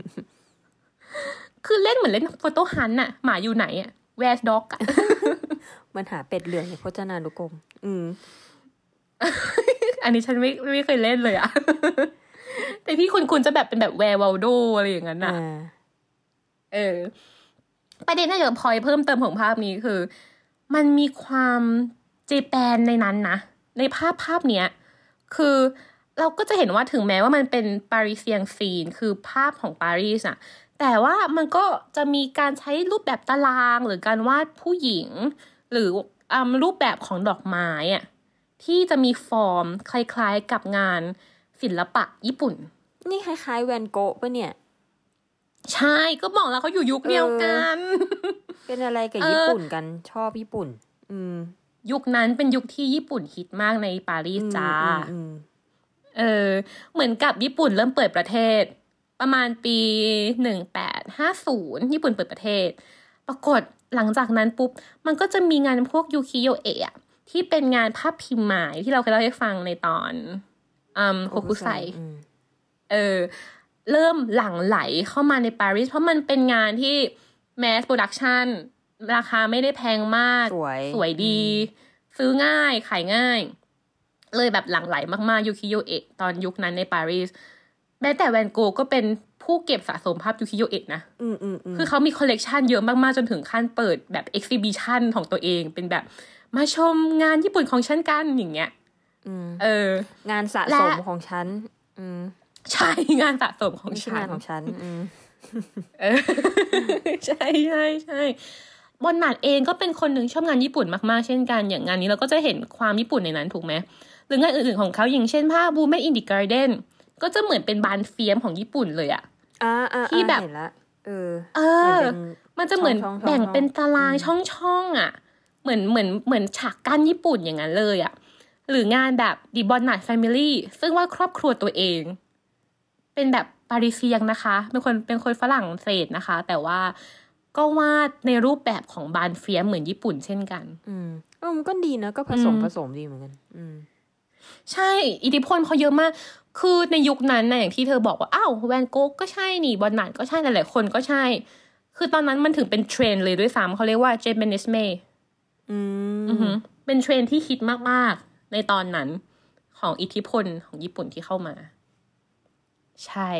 คือเล่นเหมือนเล่นโฟโต้ฮันต์น่ะหมาอยู่ไหนอะ Where's dog อะมันหาเป็ดเหลืองในพจนานุกรมอืมอันนี้ฉันไม่ไม่เคยเล่นเลยอะ แต่ที่คุณคุณจะแบบเป็นแบบแวร์วอลโดอะไรอย่างนั้นน่ะเออประเด็นน่าจะพอยเพิ่มเติมของภาพนี้คือมันมีความเจแปนในนั้นนะในภาพภาพเนี้ยคือเราก็จะเห็นว่าถึงแม้ว่ามันเป็นปารีเซียงซีนคือภาพของปารีสอะแต่ว่ามันก็จะมีการใช้รูปแบบตารางหรือการวาดผู้หญิงหรืออ่ารูปแบบของดอกไม้อะที่จะมีฟอร์มคล้ายๆกับงานศิลปะญี่ปุ่นนี่คล้ายๆแวนโกะป่ะเนี่ยใช่ก็บอกแล้วเขาอยู่ยุคเดียวกันเป็นอะไรกับญี่ปุ่นกันชอบญี่ปุ่นอืมยุคนั้นเป็นยุคที่ญี่ปุ่นฮิตมากในปารีสจ้าเออเหมือนกับญี่ปุ่นเริ่มเปิดประเทศประมาณปีหนึ่งพันแปดร้อยห้าสิบญี่ปุ่นเปิดประเทศปรากฏหลังจากนั้นปุ๊บมันก็จะมีงานพวกยูคิโยเอะที่เป็นงานภาพพิมพ์หมายที่เราเคยเล่าให้ฟังในตอนอืมโฮคุไซเออเริ่มหลั่งไหลเข้ามาในปารีสเพราะมันเป็นงานที่แมสโปรดักชันราคาไม่ได้แพงมากสวยสวยดีซื้อง่ายขายง่ายเลยแบบหลั่งไหลมากๆยูคิโยเอะตอนยุคนั้นในปารีสแม้แต่แวนโกก็เป็นผู้เก็บสะสมภาพยูคิโยเอะนะคือเขามีคอลเลกชันเยอะมากๆจนถึงขั้นเปิดแบบเอ็กซิบิชันของตัวเองเป็นแบบมาชมงานญี่ปุ่นของฉันกันอย่างเงี้ยเอองานสะสมของฉันใช่งานสะสมของฉันงานของฉันเออใช่ใช่ใช่บอนนาร์ดเองก็เป็นคนหนึ่งชอบงานญี่ปุ่นมากๆเช่นกันอย่างงานนี้เราก็จะเห็นความญี่ปุ่นในนั้นถูกไหมหรืองานอื่นๆของเขาอย่างเช่นภาพ Women in the Garden ก็จะเหมือนเป็นบานเฟียมของญี่ปุ่นเลยอะที่แบบเออเออมันจะเหมือนแบ่งเป็นตารางช่องๆอะเหมือนเหมือนเหมือนฉากกั้นญี่ปุ่นอย่างนั้นเลยอะหรืองานแบบ The Bonnard Family ซึ่งว่าครอบครัวตัวเองเป็นแบบปารีเซียงนะคะเป็นคนเป็นคนฝรั่งเศสนะคะแต่ว่าก็วาดในรูปแบบของบานเฟียมเหมือนญี่ปุ่นเช่นกันอืมเออมันก็ดีนะก็ผสมผสมดีเหมือนกันอืมใช่อิทธิพลเขาเยอะมากคือในยุคนั้นนะอย่างที่เธอบอกว่าอ้าวแวนโก๊กก็ใช่นี่บอนนาร์ดก็ใช่หลายๆคนก็ใช่คือตอนนั้นมันถึงเป็นเทรนด์เลยด้วยซ้ำเขาเรียกว่าเจแปนิสเมอืมเป็นเทรนด์ที่ฮิตมากๆในตอนนั้นของอิทธิพลของญี่ปุ่นที่เข้ามาใช่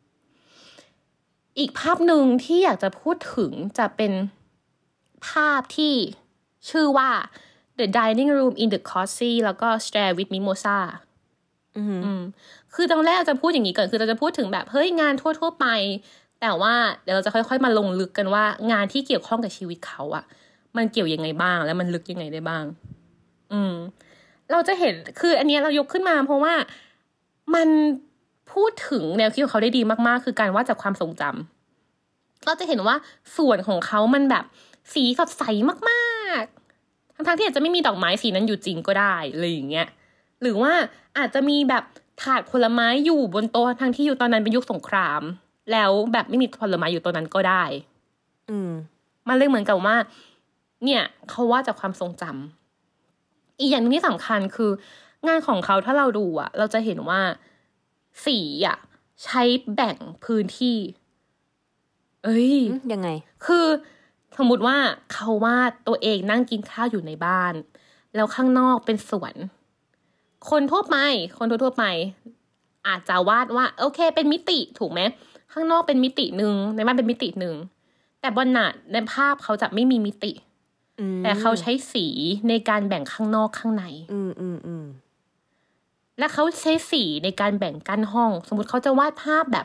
อีกภาพหนึ่งที่อยากจะพูดถึงจะเป็นภาพที่ชื่อว่า The Dining Room in the Cozy แล้วก็ Stare with Mimosa อืมคือตอนแรกจะพูดอย่างนี้ก่อนคือเราจะพูดถึงแบบเฮ้ยงานทั่วๆไปแต่ว่าเดี๋ยวเราจะค่อยๆมาลงลึกกันว่างานที่เกี่ยวข้องกับชีวิตเขาอะมันเกี่ยวยังไงบ้างแล้วมันลึกยังไงได้บ้างอืมเราจะเห็นคืออันนี้เรายกขึ้นมาเพราะว่ามันพูดถึงแนวคิดของเขาได้ดีมากๆคือการวาดจากความทรงจำเราจะเห็นว่าส่วนของเขามันแบบสีสดใสมากๆทั้งๆที่อาจจะไม่มีดอกไม้สีนั้นอยู่จริงก็ได้อะไรอย่างเงี้ยหรือว่าอาจจะมีแบบถาดผลไม้อยู่บนโต๊ะทั้งที่อยู่ตอนนั้นเป็นยุคสงครามแล้วแบบไม่มีผลไม้อยู่ตรงนั้นก็ได้อืมมันเลยเหมือนกับว่าเนี่ยเขาวาดจากความทรงจำอีกอย่างนึงที่สำคัญคืองานของเขาถ้าเราดูอ่ะเราจะเห็นว่าสีอ่ะใช้แบ่งพื้นที่เอ้ยยังไงคือสมมติว่าเขาวาดตัวเองนั่งกินข้าวอยู่ในบ้านแล้วข้างนอกเป็นสวนคนทั่วไปคนทั่วๆไปอาจจะวาดว่าโอเคเป็นมิติถูกไหมข้างนอกเป็นมิตินึงในบ้านเป็นมิตินึงแต่บอนนาร์ดในภาพเขาจะไม่มีมิติแต่เขาใช้สีในการแบ่งข้างนอกข้างในอืมอืมอืมและเขาใช้สีในการแบ่งกั้นห้องสมมติเขาจะวาดภาพแบบ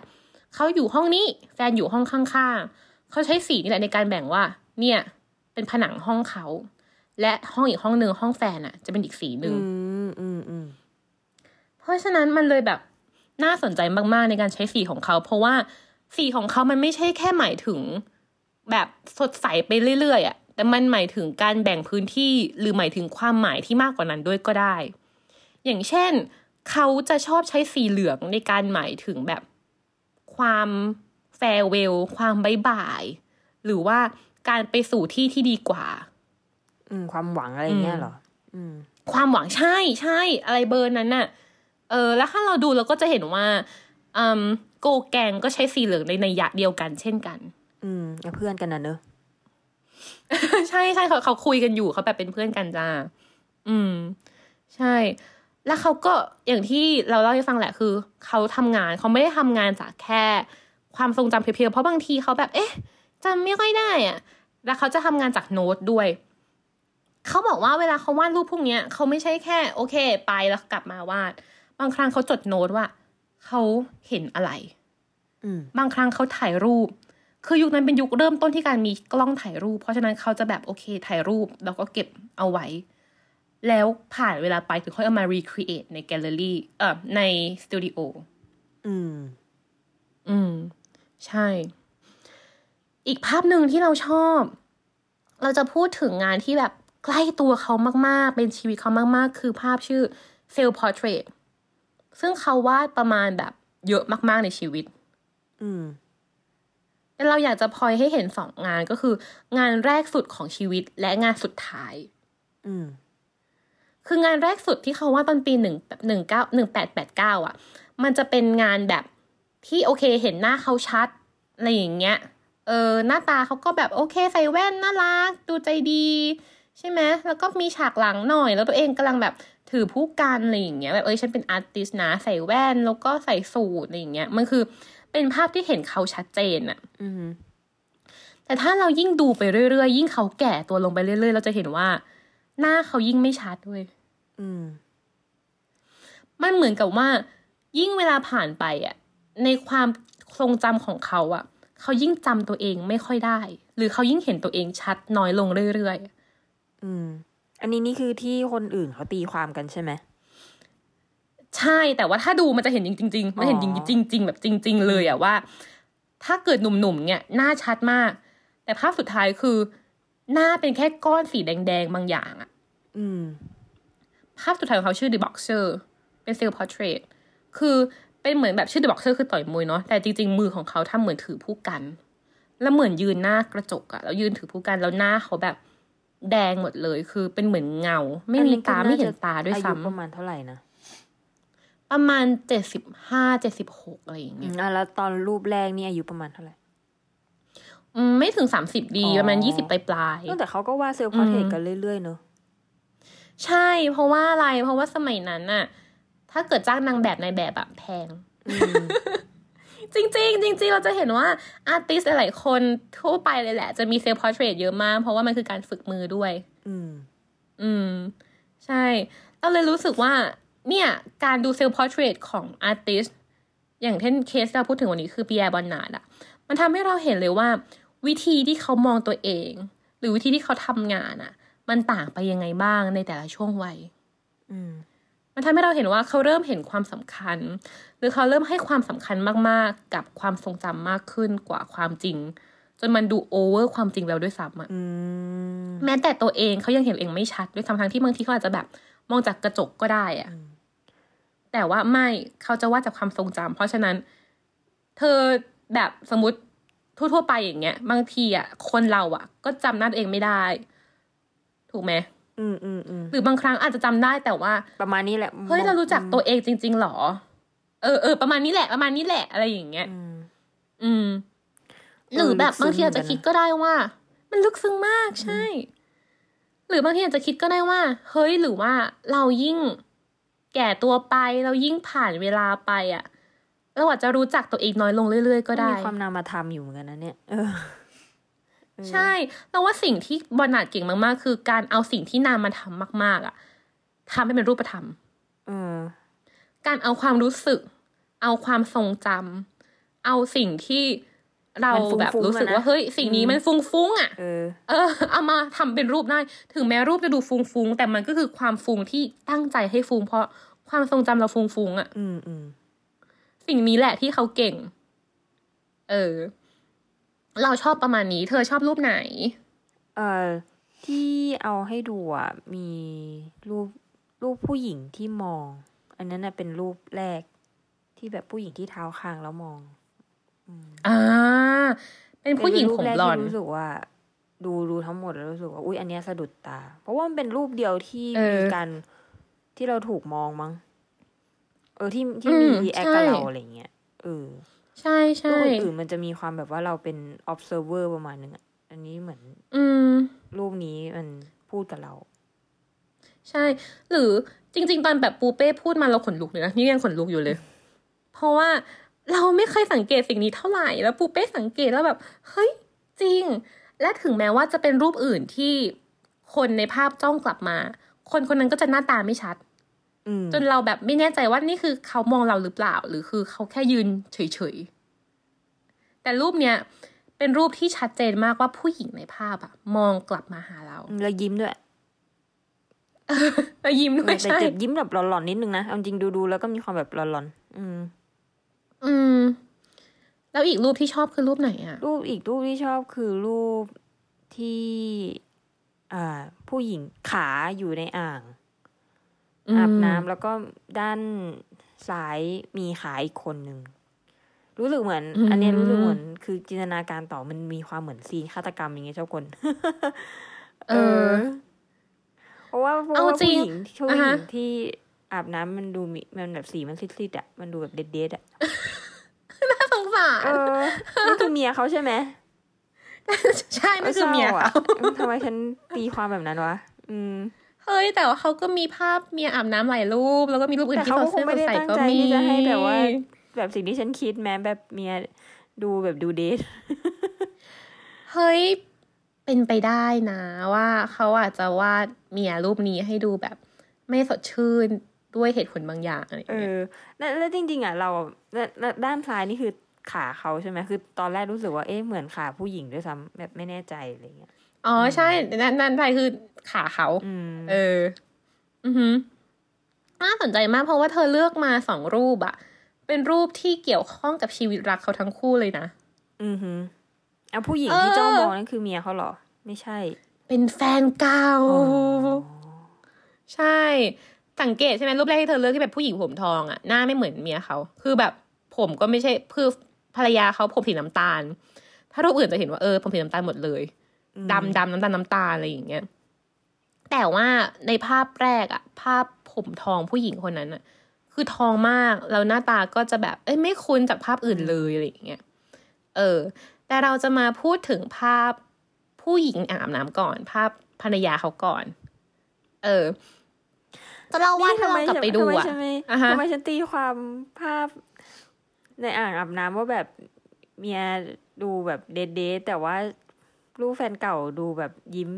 เขาอยู่ห้องนี้แฟนอยู่ห้องข้างๆเขาใช้สีนี่แหละในการแบ่งว่าเนี่ยเป็นผนังห้องเขาและห้องอีกห้องนึงห้องแฟนอ่ะจะเป็นอีกสีนึงอืมอืมอืมเพราะฉะนั้นมันเลยแบบน่าสนใจมากๆในการใช้สีของเขาเพราะว่าสีของเขามันไม่ใช่แค่หมายถึงแบบสดใสไปเรื่อยๆอ่ะแต่มันหมายถึงการแบ่งพื้นที่หรือหมายถึงความหมายที่มากกว่านั้นด้วยก็ได้อย่างเช่นเขาจะชอบใช้สีเหลืองในการหมายถึงแบบความแฟร์เวลความบ๊ายบายหรือว่าการไปสู่ที่ที่ดีกว่าอืมความหวังอะไรเงี้ยเหรออืมความหวังใช่ใช่อะไรเบอร์นั้นน่ะเออแล้วถ้าเราดูเราก็จะเห็นว่าอืมโกแกงก็ใช้สีเหลืองในนัยยะเดียวกันเช่นกันอืมเพื่อนกันน่ะเนอะใช่ใช่เขาเขาคุยกันอยู่เขาแบบเป็นเพื่อนกันจ้าอืมใช่แล้วเขาก็อย่างที่เราเล่าให้ฟังแหละคือเขาทำงานเขาไม่ได้ทำงานจากแค่ความทรงจำเพียวๆเพราะบางทีเขาแบบเอ๊ะจำไม่ค่อยได้อ่ะแล้วเขาจะทำงานจากโน้ตด้วยเขาบอกว่าเวลาเขาวาดรูปพวกนี้เขาไม่ใช่แค่โอเคไปแล้วกลับมาวาดบางครั้งเขาจดโน้ตว่าเขาเห็นอะไรบางครั้งเขาถ่ายรูปคือยุคนั้นเป็นยุคเริ่มต้นที่การมีกล้องถ่ายรูปเพราะฉะนั้นเขาจะแบบโอเคถ่ายรูปแล้วก็เก็บเอาไว้แล้วผ่านเวลาไปถึงค่อยเอามา recreate ในแกลเลอรี่เอ่อในสตูดิโออืมอืมใช่อีกภาพหนึ่งที่เราชอบเราจะพูดถึงงานที่แบบใกล้ตัวเขามากๆเป็นชีวิตเขามากๆคือภาพชื่อ self portrait ซึ่งเขาวาดประมาณแบบเยอะมากๆในชีวิตอืมแต่เราอยากจะพอยให้เห็นสองงานก็คืองานแรกสุดของชีวิตและงานสุดท้ายอืมคืองานแรกสุดที่เขาวาดตอนปีหนึ่งหนึ่งเก้าหนึ่งแปดแปดเก้าอ่ะมันจะเป็นงานแบบที่โอเคเห็นหน้าเขาชัดอะไรอย่างเงี้ยเออหน้าตาเขาก็แบบโอเคใส่แว่นน่ารักดูใจดีใช่ไหมแล้วก็มีฉากหลังหน่อยแล้วตัวเองกำลังแบบถือผู้กันอะไรอย่างเงี้ยแบบเอ้ยฉันเป็นอาร์ติสต์นะใส่แว่นแล้วก็ใส่สูทอะไรอย่างเงี้ยมันคือเป็นภาพที่เห็นเขาชัดเจนอ่ะแต่ถ้าเรายิ่งดูไปเรื่อยๆยิ่งเขาแก่ตัวลงไปเรื่อยๆเราจะเห็นว่าหน้าเขายิ่งไม่ชัดด้วยมันเหมือนกับว่ายิ่งเวลาผ่านไปอ่ะในความทรงจำของเขาอ่ะเขายิ่งจำตัวเองไม่ค่อยได้หรือเขายิ่งเห็นตัวเองชัดน้อยลงเรื่อยๆอืมอันนี้นี่คือที่คนอื่นเขาตีความกันใช่ไหมใช่แต่ว่าถ้าดูมันจะเห็นจริงๆมันเห็นจริงๆแบบจริงๆเลยอ่ะว่าถ้าเกิดหนุ่มๆเนี่ยหน้าชัดมากแต่ภาพสุดท้ายคือหน้าเป็นแค่ก้อนสีแดงๆบางอย่างอ่ะอืมภาพสุดท้ายของเขาชื่อ The Boxer เป็น self portrait คือเป็นเหมือนแบบชื่อ The Boxer คือต่อยมวยเนาะแต่จริงๆมือของเขาทำเหมือนถือผู้กันแล้วเหมือนยืนหน้ากระจกอะแล้วยืนถือผู้กันแล้วหน้าเขาแบบแดงหมดเลยคือเป็นเหมือนเงาไม่มีตาไม่เห็นตาด้วยซ้ำอายุประมาณเท่าไหร่นะประมาณเจ็ดสิบห้าเจ็ดสิบหกอะไรอย่างเงี้ยอ่ะแล้วตอนรูปแรกนี่อายุประมาณเท่าไหร่อืมไม่ถึงสามสิบดีประมาณยี่สิบปลายๆแต่เขาก็วาดเซลฟ์พอร์เทรตกันเรื่อยๆเนอะใช่เพราะว่าอะไรเพราะว่าสมัยนั้นน่ะถ้าเกิดจ้างนางแบบในแบบอะแพงจริงๆจริงๆเราจะเห็นว่าอาร์ติสต์หลายคนทั่วไปเลยแหละจะมีเซลฟ์พอร์เทรตเยอะมากเพราะว่ามันคือการฝึกมือด้วยอืมอืมใช่เราเลยรู้สึกว่าเนี่ยการดูเซลฟ์พอร์เทรตของอาร์ติสต์อย่างเช่นเคสที่เราพูดถึงวันนี้คือปีแอร์บอนนาร์ดอะมันทำให้เราเห็นเลยว่าวิธีที่เขามองตัวเองหรือวิธีที่เขาทำงานอะมันต่างไปยังไงบ้างในแต่ละช่วงวัยมันทำให้เราเห็นว่าเขาเริ่มเห็นความสำคัญหรือเขาเริ่มให้ความสำคัญมากๆกับความทรงจำมากขึ้นกว่าความจริงจนมันดูโอเวอร์ความจริงแล้วด้วยซ้ำอะแม้แต่ตัวเองเขายังเห็นเองไม่ชัดด้วยซ้ำทั้งที่บางทีเขาอาจจะแบบมองจากกระจกก็ได้อะแต่ว่าไม่เขาจะวาดจากความทรงจำเพราะฉะนั้นเธอแบบสมมติทั่วๆไปอย่างเงี้ยบางทีอ่ะคนเราอ่ะก็จำหน้าตัวเองไม่ได้ถูกไหมอืมอืมอืมหรือบางครั้งอาจจะจำได้แต่ว่าประมาณนี้แหละเฮ้ยเรารู้จักตัวเองจริงๆหรอเออเออประมาณนี้แหละประมาณนี้แหละอะไรอย่างเงี้ยอืมหรือแบบบางทีอาจจะคิดก็ได้ว่ามันลึกซึ้งมากใช่หรือบางทีอาจจะคิดก็ได้ว่าเฮ้ยหรือว่าเรายิ่งแก่ตัวไปเรายิ่งผ่านเวลาไปอ่ะเราอาจจะรู้จักตัวเองน้อยลงเรื่อยๆก็ได้มีความนามธรรมอยู่เหมือนกันนะเนี่ยเออใช่แล้วว่าสิ่งที่บอนนาร์ดเก่งมากๆคือการเอาสิ่งที่นามธรรมมากๆอ่ะทำให้เป็นรูปธรรมการเอาความรู้สึกเอาความทรงจำเอาสิ่งที่เราแบบรู้สึกว่าเฮ้ยสิ่งนี้มันฟุ้งๆอ่ะเออเออเอามาทำเป็นรูปได้ถึงแม้รูปจะดูฟุ้งๆแต่มันก็คือความฟุ้งที่ตั้งใจให้ฟุ้งเพราะความทรงจำเราฟุ้งๆอ่ะอืมอืมสิ่งนี้แหละที่เขาเก่งเออเราชอบประมาณนี้เธอชอบรูปไหนเออที่เอาให้ดูอ่ะมีรูปรูปผู้หญิงที่มองอันนั้นน่ะเป็นรูปแรกที่แบบผู้หญิงที่เท้าคางแล้วมองอ่าเป็นผู้หญิงผมบลอนด์รู้สึกว่าดูดูทั้งหมดแล้วรู้สึกว่าอุ๊ยอันเนี้ยสะดุดตาเพราะว่ามันเป็นรูปเดียวที่มีการที่เราถูกมองมั้งเออที่ที่มีรีแอคกับเราอะไรเงี้ยเออใช่ใช่รูปอื่นมันจะมีความแบบว่าเราเป็น observer ประมาณนึงอ่ะอันนี้เหมือนอืมรูปนี้มันพูดกับเราใช่หรือจริงๆตอนแบบปูเป้พูดมาเราขนลุกเลยนะนี่ยังขนลุกอยู่เลยเพราะว่าเราไม่เคยสังเกตสิ่งนี้เท่าไหร่แล้วปูเป้สังเกตแล้วแบบเฮ้ยจริงและถึงแม้ว่าจะเป็นรูปอื่นที่คนในภาพจ้องกลับมาคนคนนั้นก็จะหน้าตาไม่ชัดจนเราแบบไม่แน่ใจว่านี่คือเขามองเราหรือเปล่าหรือคือเขาแค่ยืนเฉยๆแต่รูปเนี้ยเป็นรูปที่ชัดเจนมากว่าผู้หญิงในภาพอะมองกลับมาหาเราแล้วยิ้มด้วยแล้วยิ้มด้วยใช่แต่ยิ้มแบบหลอนๆนิดนึงนะเอาจริงดูๆแล้วก็มีความแบบหลอนๆอืมอืมแล้วอีกรูปที่ชอบคือรูปไหนอ่ะรูปอีกรูปที่ชอบคือรูปที่อ่าผู้หญิงขาอยู่ในอ่างอาบน้ำแล้วก็ด้านซ้ายมีขาอีกคนนึงรู้สึกเหมือนอันนี้รู้สึกเหมือนคือจินตนาการต่อมันมีความเหมือนซีนฆาตกรรมอย่างเงี้ยเจ้าคนเออเพราะว่าเพราะว่าผู้หญิงผู้หญิงที่อาบน้ำมันดูมีมันแบบสีมันซีดๆอ่ะมันดูแบบเด็ดๆอ่ะน่าสงสารเออนี่คือเมียเขาใช่ไหมใช่นี่คือเมียเขาทำไมฉันตีความแบบนั้นวะอืมเฮ้ยแต่ว่าเขาก็มีภาพเมียอาบน้ำหลายรูปแล้วก็มีรูปอื่นที่เขาคงไม่ได้ตั้งใจที่จะให้แบบว่าแบบสิ่งที่ฉันคิดแม้แบบเมียดูแบบดูเดทเฮ้ยเป็นไปได้นะว่าเขาอาจจะวาดเมียรูปนี้ให้ดูแบบไม่สดชื่นด้วยเหตุผลบางอย่างอะไรอย่างเงี้ยเออแล้วจริงๆอ่ะเราด้านซ้ายนี่คือขาเขาใช่ไหมคือตอนแรกรู้สึกว่าเอ๊ะเหมือนขาผู้หญิงด้วยซ้ำแบบไม่แน่ใจอะไรเงี้ยอ๋อใช่นั่นนั่นไปคือขาเขาเอออือหือน่าสนใจมากเพราะว่าเธอเลือกมาสองรูปอะเป็นรูปที่เกี่ยวข้องกับชีวิตรักเขาทั้งคู่เลยนะอือหือเอาผู้หญิงที่จ้องมองนั่นคือเมียเขาเหรอไม่ใช่เป็นแฟนเก่าใช่สังเกตใช่ไหมรูปแรกที่เธอเลือกที่แบบผู้หญิงผมทองอะหน้าไม่เหมือนเมียเขาคือแบบผมก็ไม่ใช่คือภรรยาเขาผมสีน้ำตาลถ้ารูปอื่นจะเห็นว่าเออผมสีน้ำตาลหมดเลยดำดำน้ำตาลน้ำตาลอะไรอย่างเงี้ยแต่ว่าในภาพแรกอะภาพผมทองผู้หญิงคนนั้นอะคือทองมากแล้วหน้าตาก็จะแบบเอ้ยไม่คุ้นจากภาพอื่นเลยอะไรอย่างเงี้ยเออแต่เราจะมาพูดถึงภาพผู้หญิงอาบน้ำก่อนภาพภรรยาเขาก่อนเออจะเล่าว่าถ้าเรากลับไปดูอะทำไมฉันตีความภาพในอ่างอาบน้ำว่าแบบเมียดูแบบเดทๆแต่ว่ารูปแฟนเก่าดูแบบยิ้ม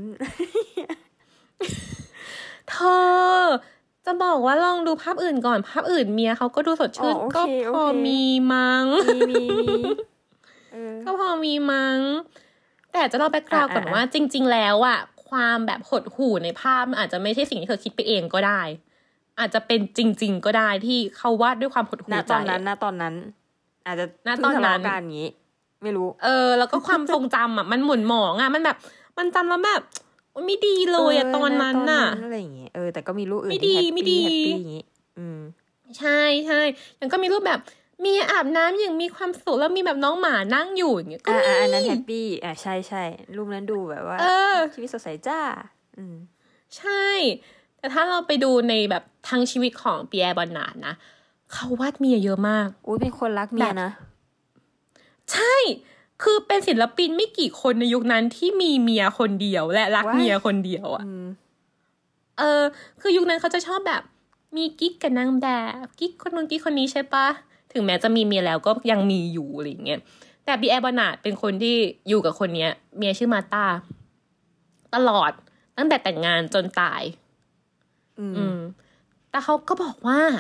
เธอจะบอกว่าลองดูภาพอื่นก่อนภาพอื่นเมียเขาก็ดูสดชื่นก็พอมีมั้งมีก็พอมีมั้งแต่จะเล่าแบ็คกราวด์ก่อนว่าจริงๆแล้วอะความแบบหดหู่ในภาพมันอาจจะไม่ใช่สิ่งที่เธอคิดไปเองก็ได้อาจจะเป็นจริงๆก็ได้ที่เขาวาดด้วยความหดหู่ใจณตอนนั้นณตอนนั้นอาจจะณตอนนั้นการอย่างนี้ไม่รู้เออแล้วก็ความทรงจำอ่ะมันหมุนหมองอ่ะมันแบบมันจำแล้วแบบไม่ดีเลยอ่ะตอนนั้นน่ะอะไรอย่างเงี้ยเออแต่ก็มีรูปอื่นไม่ดีไม่ดีอย่างงี้อืมใช่ใช่ยังก็มีรูปแบบมีอาบน้ำอย่างมีความสุขแล้วมีแบบน้องหมานั่งอยู่อย่างเงี้ยก็มีอันนั้นแฮปปี้อ่ะใช่ใช่รูปนั้นดูแบบว่าชีวิตสดใสจ้าอืมใช่แต่ถ้าเราไปดูในแบบทั้งชีวิตของเปียร์บอนนาร์ดนะเขาวาดเมียเยอะมากอุ้ยเป็นคนรักเมียนะใช่คือเป็นศิลปินไม่กี่คนในยุคนั้นที่มีเมียคนเดียวและรักเมียคนเดียวอ่ะเออคือยุคนั้นเขาจะชอบแบบมีกิ๊กกับนางแบบกิ๊กคนนู้นกิ๊กคนนี้ใช่ปะถึงแม้จะมีเมียแล้วก็ยังมีอยู่อะไรอย่างเงี้ยแต่บีแอร์บอนนาร์ดเป็นคนที่อยู่กับคนเนี้ยเมียชื่อมาตาตลอดตั้งแต่แต่งงานจนตายอืมแต่เขาก็บอกว่า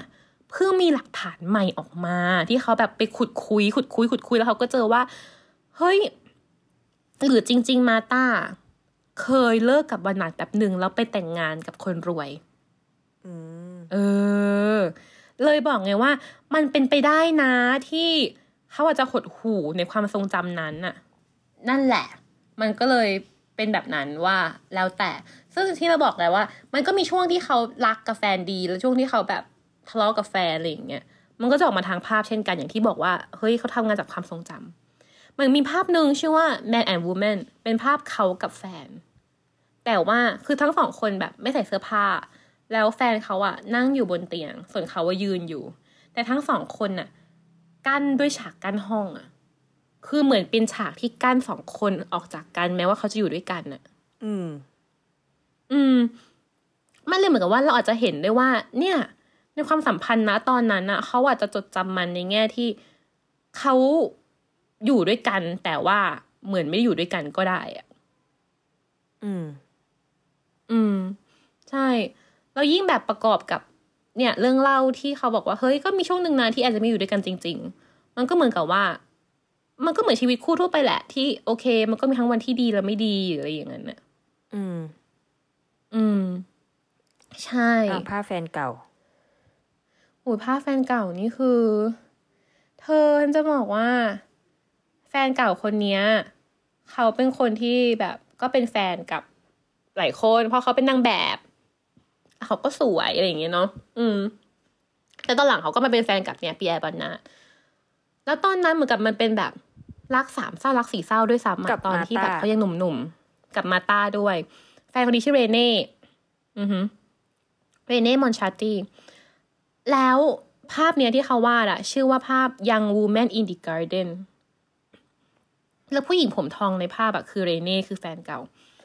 เพิ่งมีหลักฐานใหม่ออกมาที่เขาแบบไปขุดคุยขุดคุยขุดคุยแล้วเขาก็เจอว่าเฮ้ยหรือจริงๆมาตาเคยเลิกกับบรรณาแบบหนึ่งแล้วไปแต่งงานกับคนรวยอืมเออเลยบอกไงว่ามันเป็นไปได้นะที่เขาอาจจะหดหู่ในความทรงจำนั้นน่ะนั่นแหละมันก็เลยเป็นแบบนั้นว่าแล้วแต่ซึ่งที่เราบอกแล้วว่ามันก็มีช่วงที่เขารักกับแฟนดีแล้วช่วงที่เขาแบบทะเลาะกับแฟนอะไรอย่างเงี้ยมันก็จะออกมาทางภาพเช่นกันอย่างที่บอกว่าเฮ้ยเขาทำงานจากความทรงจำมันมีภาพหนึ่งชื่อว่า Man and Woman เป็นภาพเขากับแฟนแต่ว่าคือทั้งสองคนแบบไม่ใส่เสื้อผ้าแล้วแฟนเขาอะนั่งอยู่บนเตียงส่วนเขาว่ายืนอยู่แต่ทั้งสองคนน่ะกั้นด้วยฉากกั้นห้องอะคือเหมือนเป็นฉากที่กั้นสองคนออกจากกันแม้ว่าเขาจะอยู่ด้วยกันน่ะอืมอืมมันเลยเหมือนกับว่าเราอาจจะเห็นได้ว่าเนี่ยในความสัมพันธ์นะตอนนั้นน่ะเขาอาจจะจดจำมันในแง่ที่เขาอยู่ด้วยกันแต่ว่าเหมือนไม่ได้อยู่ด้วยกันก็ได้อ่ะอืมอืมใช่แล้วยิ่งแบบประกอบกับเนี่ยเรื่องเล่าที่เขาบอกว่าเฮ้ยก็มีช่วงหนึ่งนะที่อาจจะไม่อยู่ด้วยกันจริงๆมันก็เหมือนกับว่ามันก็เหมือนชีวิตคู่ทั่วไปแหละที่โอเคมันก็มีทั้งวันที่ดีและไม่ดีหรืออะไรอย่างนั้นน่ะอืมอืมใช่ภาพแฟนเก่าโอ้ยภาพแฟนเก่านี่คือเธอจะบอกว่าแฟนเก่าคนเนี้ยเขาเป็นคนที่แบบก็เป็นแฟนกับหลายคนเพราะเขาเป็นนางแบบเขาก็สวยอะไรอย่างเงี้ยเนาะอืมแต่ตอนหลังเขาก็มาเป็นแฟนกับเนี่ยปีแอร์บอนนาแล้วตอนนั้นเหมือนกับมันเป็นแบบรักสามเศร้ารักสี่เศร้าด้วยซ้ำตอนที่แบบเขายังหนุ่มๆกับมาต้าด้วยแฟนคนนี้ชื่อเรเน่อือฮึเรเน่มอนชาตีแล้วภาพเนี้ยที่เขาวาดอะชื่อว่าภาพ Young Woman in the Garden แล้วผู้หญิงผมทองในภาพอะคือเรเน่คือแฟนเก่า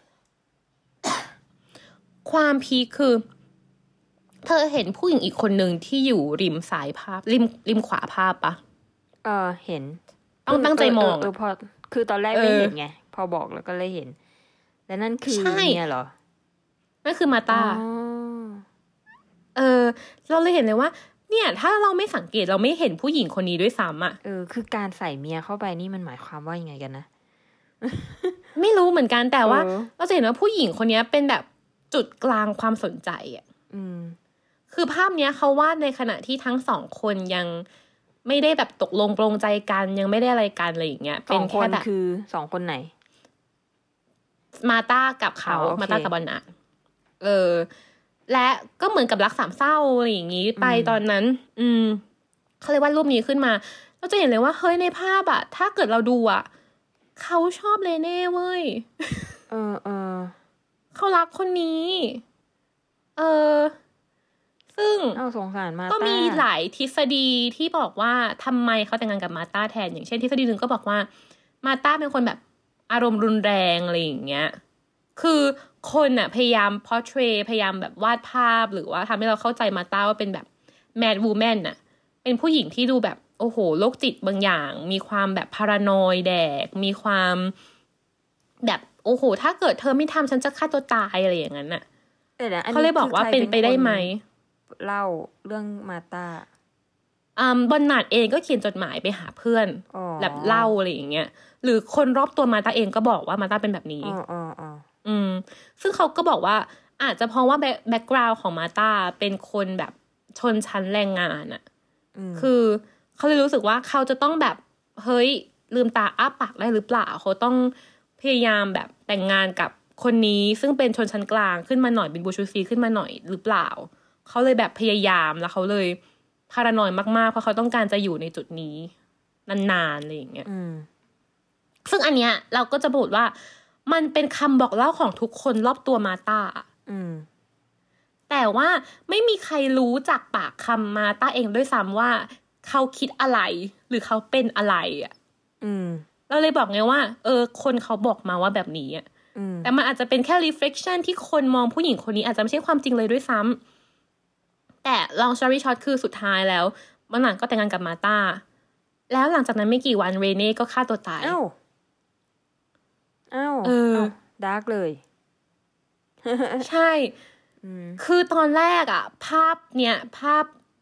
ความพีคคือเธอเห็นผู้หญิงอีกคนหนึ่งที่อยู่ริมซ้ายภาพริมริมขวาภาพปะเออเห็นต้องตั้งใจมองเออพอคือตอนแรกไม่เห็นไงพอบอกแล้วก็เลยเห็นและนั่นคือเนี่ยเหรอนั่นคือมาตาเออเราเลยเห็นเลยว่าเนี่ยถ้าเราไม่สังเกตเราไม่เห็นผู้หญิงคนนี้ด้วยซ้ำอ่ะเออคือการใส่เมียเข้าไปนี่มันหมายความว่ายังไงกันนะไม่รู้เหมือนกันแต่ว่าเราจะเห็นว่าผู้หญิงคนนี้เป็นแบบจุดกลางความสนใจอ่ะอืมคือภาพเนี้ยเขาวาดในขณะที่ทั้งสองคนยังไม่ได้แบบตกลงปรงใจกันยังไม่ได้อะไรกันอะไรอย่างเงี้ยเป็นแค่แบบคือสองคนไหนมาต้ากับเขามาต้ากับบอนนาเออและก็เหมือนกับรักสามเศร้าอะไรอย่างงี้ไปตอนนั้นอืมเขาเลยว่ารูปนี้ขึ้นมาเราจะเห็นเลยว่าเฮ้ยในภาพอะถ้าเกิดเราดูอะเขาชอบเลเน่เว้ยเออเออเขารักคนนี้เออซึ่งสงสารมาต้าก็มีหลายทฤษฎีที่บอกว่าทำไมเขาแต่งงานกับมาต้าแทนอย่างเช่นทฤษฎีหนึ่งก็บอกว่ามาต้าเป็นคนแบบอารมณ์รุนแรงอะไรอย่างเงี้ยคือคนน่ะพยายาม portray พยายามแบบวาดภาพหรือว่าทำให้เราเข้าใจมาต้าว่าเป็นแบบ mad woman น่ะเป็นผู้หญิงที่ดูแบบโอ้โหโรคจิตบางอย่างมีความแบบพารานอยแดกมีความแบบโอ้โหถ้าเกิดเธอไม่ทำฉันจะฆ่าตัวตายอะไรอย่างนั้นน่ะเขาเลยบอกว่าเป็นไปได้ไหมเล่าเรื่องมาตาอืมบอนนาร์ดเองก็เขียนจดหมายไปหาเพื่อนแบบเล่าอะไรอย่างเงี้ยหรือคนรอบตัวมาตาเองก็บอกว่ามาตาเป็นแบบนี้อ๋ออ๋ออืมซึ่งเขาก็บอกว่าอาจจะเพราะว่าแบ็คกราวด์ของมาตาเป็นคนแบบชนชั้นแรงงานอ่ะคือเขาเลยรู้สึกว่าเขาจะต้องแบบเฮ้ยลืมตาอ้าปากได้หรือเปล่าเขาต้องพยายามแบบแต่งงานกับคนนี้ซึ่งเป็นชนชั้นกลางขึ้นมาหน่อยเป็นบูชูซีขึ้นมาหน่อยหรือเปล่าเขาเลยแบบพยายามแล้วเขาเลยพารานอยมากๆเพราะเขาต้องการจะอยู่ในจุดนี้นานๆอะไรอย่างเงี้ยซึ่งอันเนี้ยเราก็จะบอกว่ามันเป็นคำบอกเล่าของทุกคนรอบตัวมาตาแต่ว่าไม่มีใครรู้จากปากคำมาตาเองด้วยซ้ำว่าเขาคิดอะไรหรือเขาเป็นอะไรอ่ะเราเลยบอกไงว่าเออคนเขาบอกมาว่าแบบนี้อ่ะแต่มันอาจจะเป็นแค่ reflection ที่คนมองผู้หญิงคนนี้อาจจะไม่ใช่ความจริงเลยด้วยซ้ำแต่ลอง story short คือสุดท้ายแล้วมันหลังก็แต่งงานกับมาตาแล้วหลังจากนั้นไม่กี่วันเรเน่ก็ฆ่าตัวตายอ้าวอ้าวดาร์กเลยใช่คือตอนแรกอ่ะภาพเนี้ยภาพ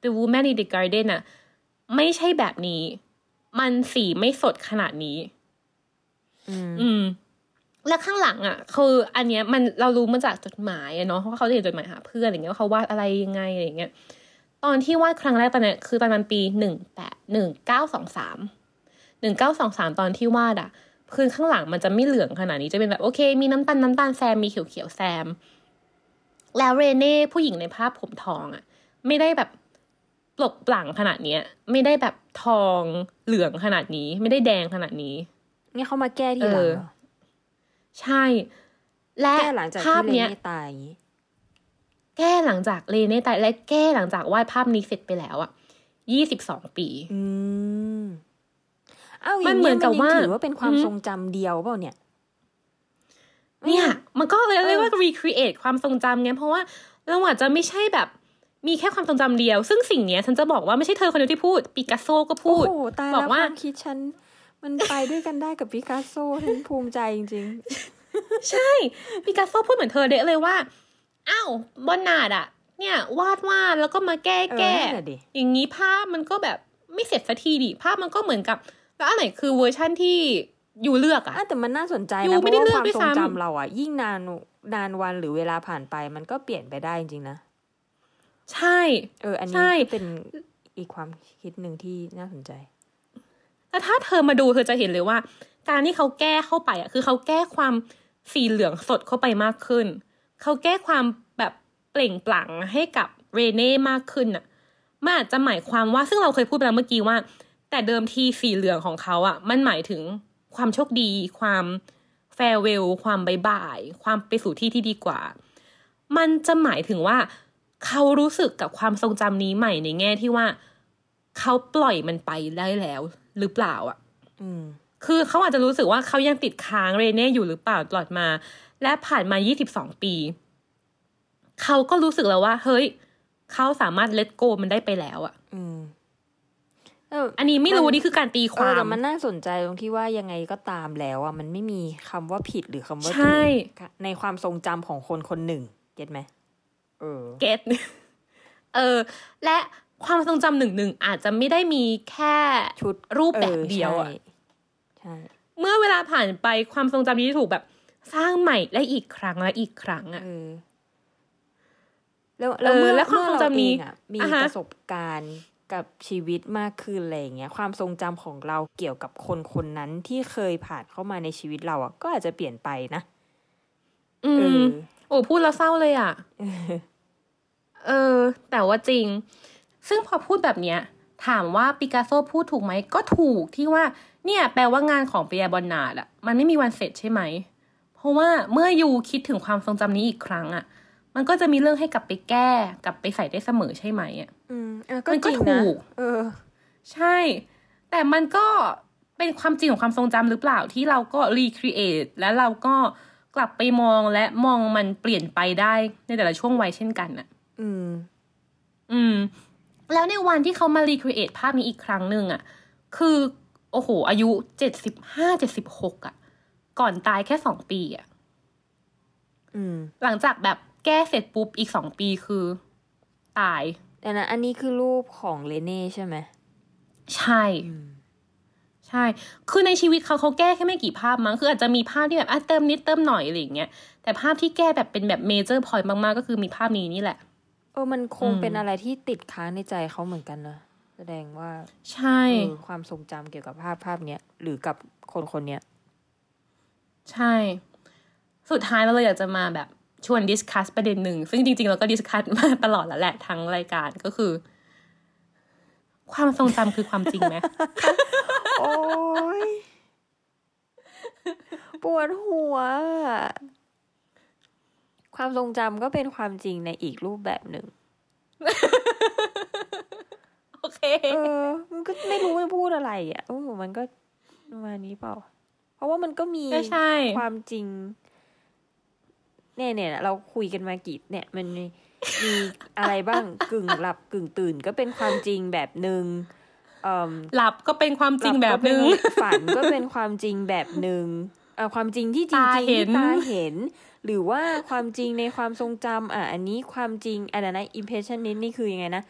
The Woman in the Garden อ่ะไม่ใช่แบบนี้มันสีไม่สดขนาดนี้อืมอืมและข้างหลังอ่ะคืออันเนี้ยมันเรารู้มาจากจดหมายอะเนาะเพราะเขาจะเขียนจดหมายหาเพื่อนอย่างเงี้ยว่าเขาวาดอะไรยังไงอะไรอย่างเงี้ยตอนที่วาดครั้งแรกตอนนั้นคือประมาณปีหนึ่งแปดหนึ่งเก้าสองสามหนึ่งเก้าสองสามตอนที่วาดอ่ะพื้นข้างหลังมันจะไม่เหลืองขนาดนี้จะเป็นแบบโอเคมีน้ำตาลน้ำตาลแซมมีเขียวเขียวแซมแล้วเรเน่ผู้หญิงในภาพผมทองอ่ะไม่ได้แบบปลกปลั่งขนาดเนี้ยไม่ได้แบบทองเหลืองขนาดนี้ไม่ได้แดงขนาดนี้นี่เขามาแก้ทีหลังเหรอใช่และภาพเนี้ยตายอย่างนี้แก้หลังจากเรเน่ตายและแก้หลังจากวาดภาพนี้เสร็จไปแล้วอ่ะยี่สิบสองปีอืมอ้าวมันเหมือนกับว่าถือว่าเป็นความทรงจำเดียวเปล่าเนี่ยเนี่ยมันก็เลยเรียกว่า recreate ความทรงจำไงเพราะว่าเราอาจจะไม่ใช่แบบมีแค่ความทรงจำเดียวซึ่งสิ่งเนี้ยฉันจะบอกว่าไม่ใช่เธอคนเดียวที่พูดปิกัสโซก็พูดบอกว่าความคิดฉันมันไปด้วยกันได้กับปิกัสโซฉันภูมิใจจริงๆใช่ปิกัสโซพูดเหมือนเธอเดะเลยว่าอ้าวบอนนาดอ่ะเนี่ยวาดวาดแล้วก็มาแก้แก้อย่างนี้ภาพมันก็แบบไม่เสร็จสักทีดิภาพมันก็เหมือนกับแล้วอันไหนคือเวอร์ชั่นที่อยู่เลือกอ่ะแต่มันน่าสนใจนะเพราะว่าความทรงจำเราอ่ะยิ่งนานนานวันหรือเวลาผ่านไปมันก็เปลี่ยนไปได้จริงๆนะใช่เอออันนี้เป็นอีกความคิดหนึ่งที่น่าสนใจแต่ถ้าเธอมาดูเธอจะเห็นเลยว่าการที่เขาแก้เข้าไปอ่ะคือเขาแก้ความสีเหลืองสดเข้าไปมากขึ้นเขาแก้ความแบบเปล่งปลั่งให้กับเรเน่มากขึ้นอ่ะมันอาจจะหมายความว่าซึ่งเราเคยพูดไปแล้วเมื่อกี้ว่าแต่เดิมทีสีเหลืองของเขาอ่ะมันหมายถึงความโชคดีความแฟร์เวลความบายบายความไปสู่ที่ที่ดีกว่ามันจะหมายถึงว่าเขารู้สึกกับความทรงจำนี้ใหม่ในแง่ที่ว่าเขาปล่อยมันไปได้แล้วหรือเปล่าอ่ะอืมคือเขาอาจจะรู้สึกว่าเขายังติดค้างเรเน่อยู่หรือเปล่าตลอดมาและผ่านมายี่สิบสองปีเขาก็รู้สึกแล้วว่าเฮ้ยเขาสามารถเลทโกมันได้ไปแล้วอ่ะอืมอันนี้ไม่รู้นี่คือการตีความแต่มันน่าสนใจตรงที่ว่ายังไงก็ตามแล้วอ่ะมันไม่มีคำว่าผิดหรือคำว่าถูกในความทรงจำของคนคนหนึ่งเก็ตไหมเออเก็ตเออและความทรงจำหนึ่งหนึ่งอาจจะไม่ได้มีแค่ชุดรูปแบบเดียวอ่ะใช่เมื่อเวลาผ่านไปความทรงจำนี้ถูกแบบสร้างใหม่และอีกครั้งและอีกครั้งอ่ะแล้วแล้วเมื่อความทรงจำนี้มีประสบการณ์กับชีวิตมากขึ้นอะไรอย่างเงี้ยความทรงจำของเราเกี่ยวกับคนคนนั้นที่เคยผ่านเข้ามาในชีวิตเราอ่ะก็อาจจะเปลี่ยนไปนะอืมโอ้พูดแล้วเศร้าเลยอ่ะเออแต่ว่าจริงซึ่งพอพูดแบบเนี้ยถามว่าปิกัสโซพูดถูกไหมก็ถูกที่ว่าเนี่ยแปลว่างานของปียร์บอนนาร์ดอ่ะมันไม่มีวันเสร็จใช่ไหมเพราะว่าเมื่อยูคิดถึงความทรงจำนี้อีกครั้งอ่ะมันก็จะมีเรื่องให้กลับไปแก้กลับไปใส่ได้เสมอใช่ไหมอ่ะอืมมันก็ถูกเออใช่แต่มันก็เป็นความจริงของความทรงจำหรือเปล่าที่เราก็รีครีเอทและเราก็กลับไปมองและมองมันเปลี่ยนไปได้ในแต่ละช่วงวัยเช่นกันอ่ะอืมอืมแล้วในวันที่เขามารีครีเอทภาพนี้อีกครั้งหนึ่งอ่ะคือโอ้โหอายุเจ็ดสิบห้าเจ็ดสิบหกอ่ะก่อนตายแค่สองปีอ่ะอืมหลังจากแบบแก้เสร็จปุ๊บอีกสองปีคือตายแต่นะอันนี้คือรูปของเรเน่ใช่ไหมใช่ใช่คือในชีวิตเขาเขาแก้แค่ไม่กี่ภาพมั้งคืออาจจะมีภาพที่แบบอ่ะเติมนิดเติมหน่อยอะไรอย่างเงี้ยแต่ภาพที่แก้แบบเป็นแบบเมเจอร์พอยต์มากๆก็คือมีภาพนี้นี่แหละเออมันคงเป็นอะไรที่ติดค้างในใจเขาเหมือนกันนะแสดงว่าใช่ความทรงจำเกี่ยวกับภาพภาพเนี้ยหรือกับคนคนเนี้ยใช่สุดท้ายเราเลยอยากจะมาแบบชวนดิสคัสประเด็นหนึ่งซึ่งจริงๆเราก็ดิสคัสมาตลอดแล้วแหละทั้งรายการก็คือความทรงจำคือความจริงไหมโอ้ยปวดหัวความทรงจำก็เป็นความจริงในอีกรูปแบบหนึ่งโอเคเออมันก็ไม่รู้จะพูดอะไรอ่ะโอ้มันก็ประมาณนี้เปล่าเพราะว่ามันก็มีความจริงเนี่ยเนี่ยเราคุยกันมากี่เนี่ยมันมีมีอะไรบ้างกึ่งหลับกึ่งตื่นก็เป็นความจริงแบบนึงเอ่อหลับก็เป็นความจริงแบบนึงฝันก็เป็นความจริงแบบนึงเอ่อความจริงที่จริงๆที่ตาเห็นหรือว่าความจริงในความทรงจำอ่ะอันนี้ความจริงอันนั้นนะ impressionist นี่คือยังไงนะ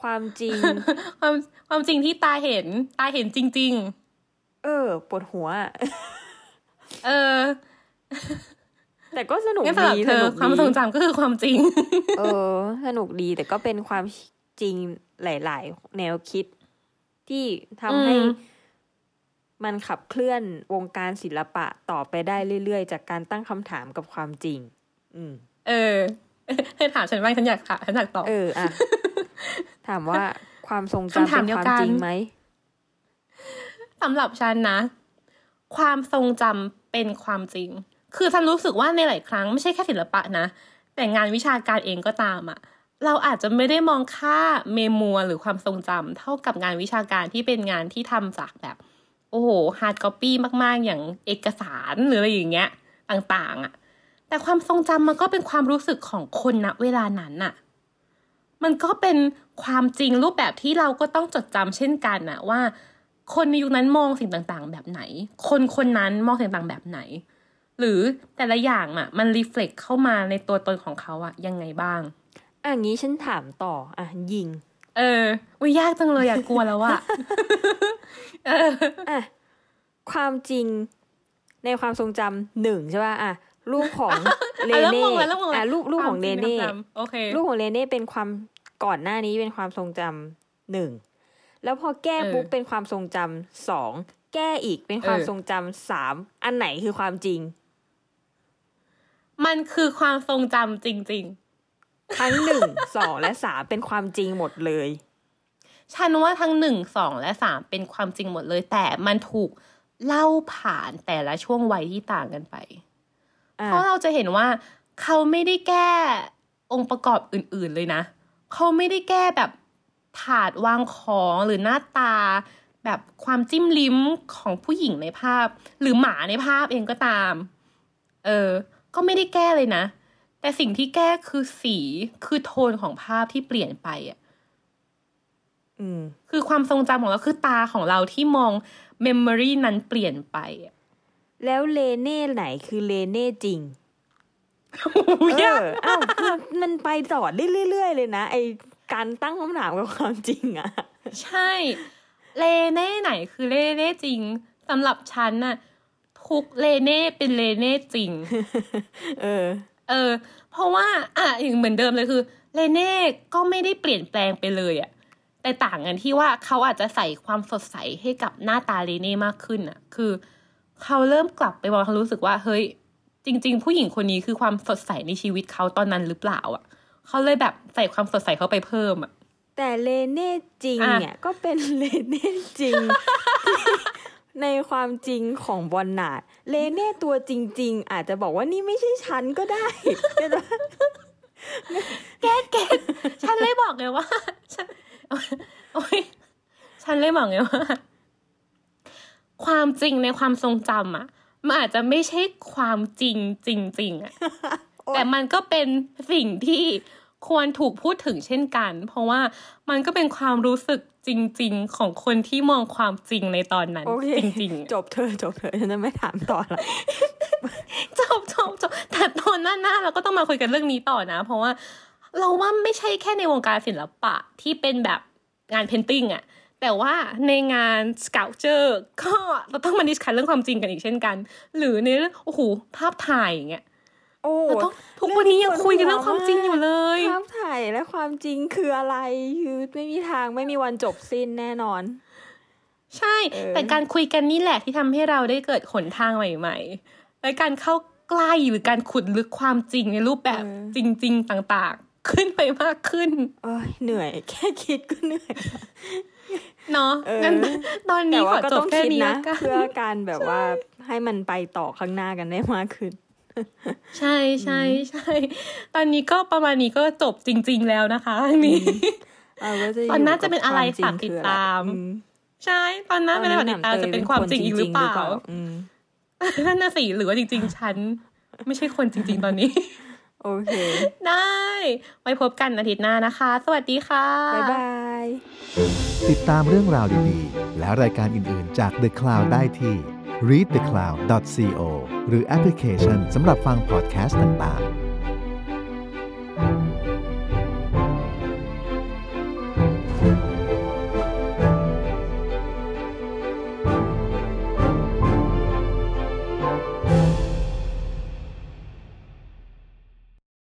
ความจริงความความจริงที่ตาเห็นตาเห็นจริงๆเออปวดหัวเออแต่ก็สนุกดีสนุกดีความทรงจำก็คือความจริงเออสนุกดีแต่ก็เป็นความจริงหลายๆแนวคิดที่ทำให้มันขับเคลื่อนวงการศิลปะต่อไปได้เรื่อยๆจากการตั้งคำถามกับความจริงอืมเออให้ถามฉันบ้างฉันอยากถามฉันอยากตอบเอออ่ะถามว่าความทรงจำเป็นความจริงไหมสำหรับฉันนะความทรงจำเป็นความจริงคือฉันรู้สึกว่าในหลายครั้งไม่ใช่แค่ศิลปะนะแต่งานวิชาการเองก็ตามอ่ะเราอาจจะไม่ได้มองค่าเมมัวหรือความทรงจำเท่ากับงานวิชาการที่เป็นงานที่ทำจากแบบโอ้โหฮาร์ดคอปปี้มากๆอย่างเอกสารหรืออะไรอย่างเงี้ยต่างๆอ่ะแต่ความทรงจำมันก็เป็นความรู้สึกของคนณเวลานั้นน่ะมันก็เป็นความจริงรูปแบบที่เราก็ต้องจดจำเช่นกันน่ะว่าคนในยุคนั้นมองสิ่งต่างๆแบบไหนคนคนนั้นมองสิ่งต่างๆแบบไหนหรือแต่ละอย่างอ่ะมันรีเฟล็กเข้ามาในตัวตนของเขาอ่ะยังไงบ้างอ่ะงี้ฉันถามต่ออ่ะยิงเอออุ้ยยากจังเลยอยากกลัวแล้วอ่ะเอออ่ะความจริงในความทรงจำหนึ่งใช่ป่ะอ่ะรูปของเลเน่อ่ะรูปรูปของเลเน่รูปของเลเน่เป็นความก่อนหน้านี้เป็นความทรงจำหนึ่งแล้วพอแก้ปุ๊บเป็นความทรงจำสองแก้อีกเป็นความทรงจำสามอันไหนคือความจริงมันคือความทรงจำจริงๆทั้งหนึ่งสองและสามเป็นความจริงหมดเลยฉันว่าทั้งหนึ่งสองและสามเป็นความจริงหมดเลยแต่มันถูกเล่าผ่านแต่ละช่วงวัยที่ต่างกันไปเพราะเราจะเห็นว่าเขาไม่ได้แก้องค์ประกอบอื่นๆเลยนะเขาไม่ได้แก้แบบถาดวางของหรือหน้าตาแบบความจิ้มลิ้มของผู้หญิงในภาพหรือหมาในภาพเองก็ตามเออก็ไม่ได้แก้เลยนะแต่สิ่งที่แก้คือสีคือโทนของภาพที่เปลี่ยนไปอ่ะอืมคือความทรงจำของเราคือตาของเราที่มองเมมโมรีนั้นเปลี่ยนไปอ่ะแล้วเลเน่ไหนคือเลเน่จริงเอออ้าวมันไปต่อได้เรื่อยๆเลยนะไอการตั้งคำถามกับความจริงอ่ะใช่เลเน่ไหนคือเลเน่จริงสำหรับฉันน่ะทุกเลเน่เป็นเลเน่จริงเออเออเพราะว่าอ่ะอย่างเหมือนเดิมเลยคือเลเน่ก็ไม่ได้เปลี่ยนแปลงไปเลยอ่ะแต่ต่างกันที่ว่าเขาอาจจะใส่ความสดใสให้กับหน้าตาเลเน่มากขึ้นอ่ะคือเขาเริ่มกลับไปมองเขารู้สึกว่าเฮ้ยจริงๆผู้หญิงคนนี้คือความสดใสในชีวิตเขาตอนนั้นหรือเปล่าอ่ะเขาเลยแบบใส่ความสดใสเข้าไปเพิ่มอ่ะแต่เลเน่จริงเนี่ยก็เป็นเลเน่จริง ในความจริงของบอนนาร์ดเลเน่ตัวจริงๆอาจจะบอกว่านี่ไม่ใช่ฉันก็ได้แกแกฉันเลยบอกไงว่าฉันโอ๊ยฉันเลยบอกไงว่าความจริงในความทรงจำอ่ะมันอาจจะไม่ใช่ความจริงจริงๆอ่ะแต่มันก็เป็นสิ่งที่ควรถูกพูดถึงเช่นกันเพราะว่ามันก็เป็นความรู้สึกจริงๆของคนที่มองความจริงในตอนนั้น okay. จริงๆจบเธอจบเธอฉันจะไม่ถามต่อละจบจบจบแต่ตอนหน้าๆเราก็ต้องมาคุยกันเรื่องนี้ต่อนะเพราะว่าเราว่าไม่ใช่แค่ในวงการศิลปะที่เป็นแบบงานเพนติ้งอ่ะแต่ว่าในงาน sculpture ก็เราต้องมาดิสคัสเรื่องความจริงกันอีกเช่นกันหรือในเรื่องโอ้โหภาพถ่ายอย่างเงี้ยโอ้ทุกวันนี้ยังคุยกันเรื่องความจริงอยู่เลยภาพถ่ายและความจริงคืออะไรคือไม่มีทางไม่มีวันจบสิ้นแน่นอนใช่แต่การคุยกันนี่แหละที่ทำให้เราได้เกิดหนทางใหม่ๆและการเข้าใกล้หรือการขุดลึกความจริงในรูปแบบจริงๆต่างๆขึ้นไปมากขึ้นโอ้ยเหนื่อยแค่คิดก็เหนื่อยเนาะงั้นตอนนี้ขอจบแค่นี้นะเพื่อการแบบว่าให้มันไปต่อข้างหน้ากันได้มากขึ้นใช่ใช่ใช่ตอนนี้ก็ประมาณนี้ก็จบจริงๆแล้วนะคะนี่ตอนหน้าจะเป็นอะไรฝากติดตามใช่ตอนหน้าเป็นอะไรฝากติดตามจะเป็นความจริงอีกหรือเปล่านั่นน่ะสิหรือว่าจริงๆฉันไม่ใช่คนจริงๆตอนนี้โอเคได้ไว้พบกันอาทิตย์หน้านะคะสวัสดีค่ะบ๊ายบายติดตามเรื่องราวดีๆและรายการอื่นๆจาก The Cloud ได้ที่ รีด เดอะ คลาวด์ ดอท ซี โอ หรือแอปพลิเคชันสำหรับฟังพอดแคสต์ต่างๆ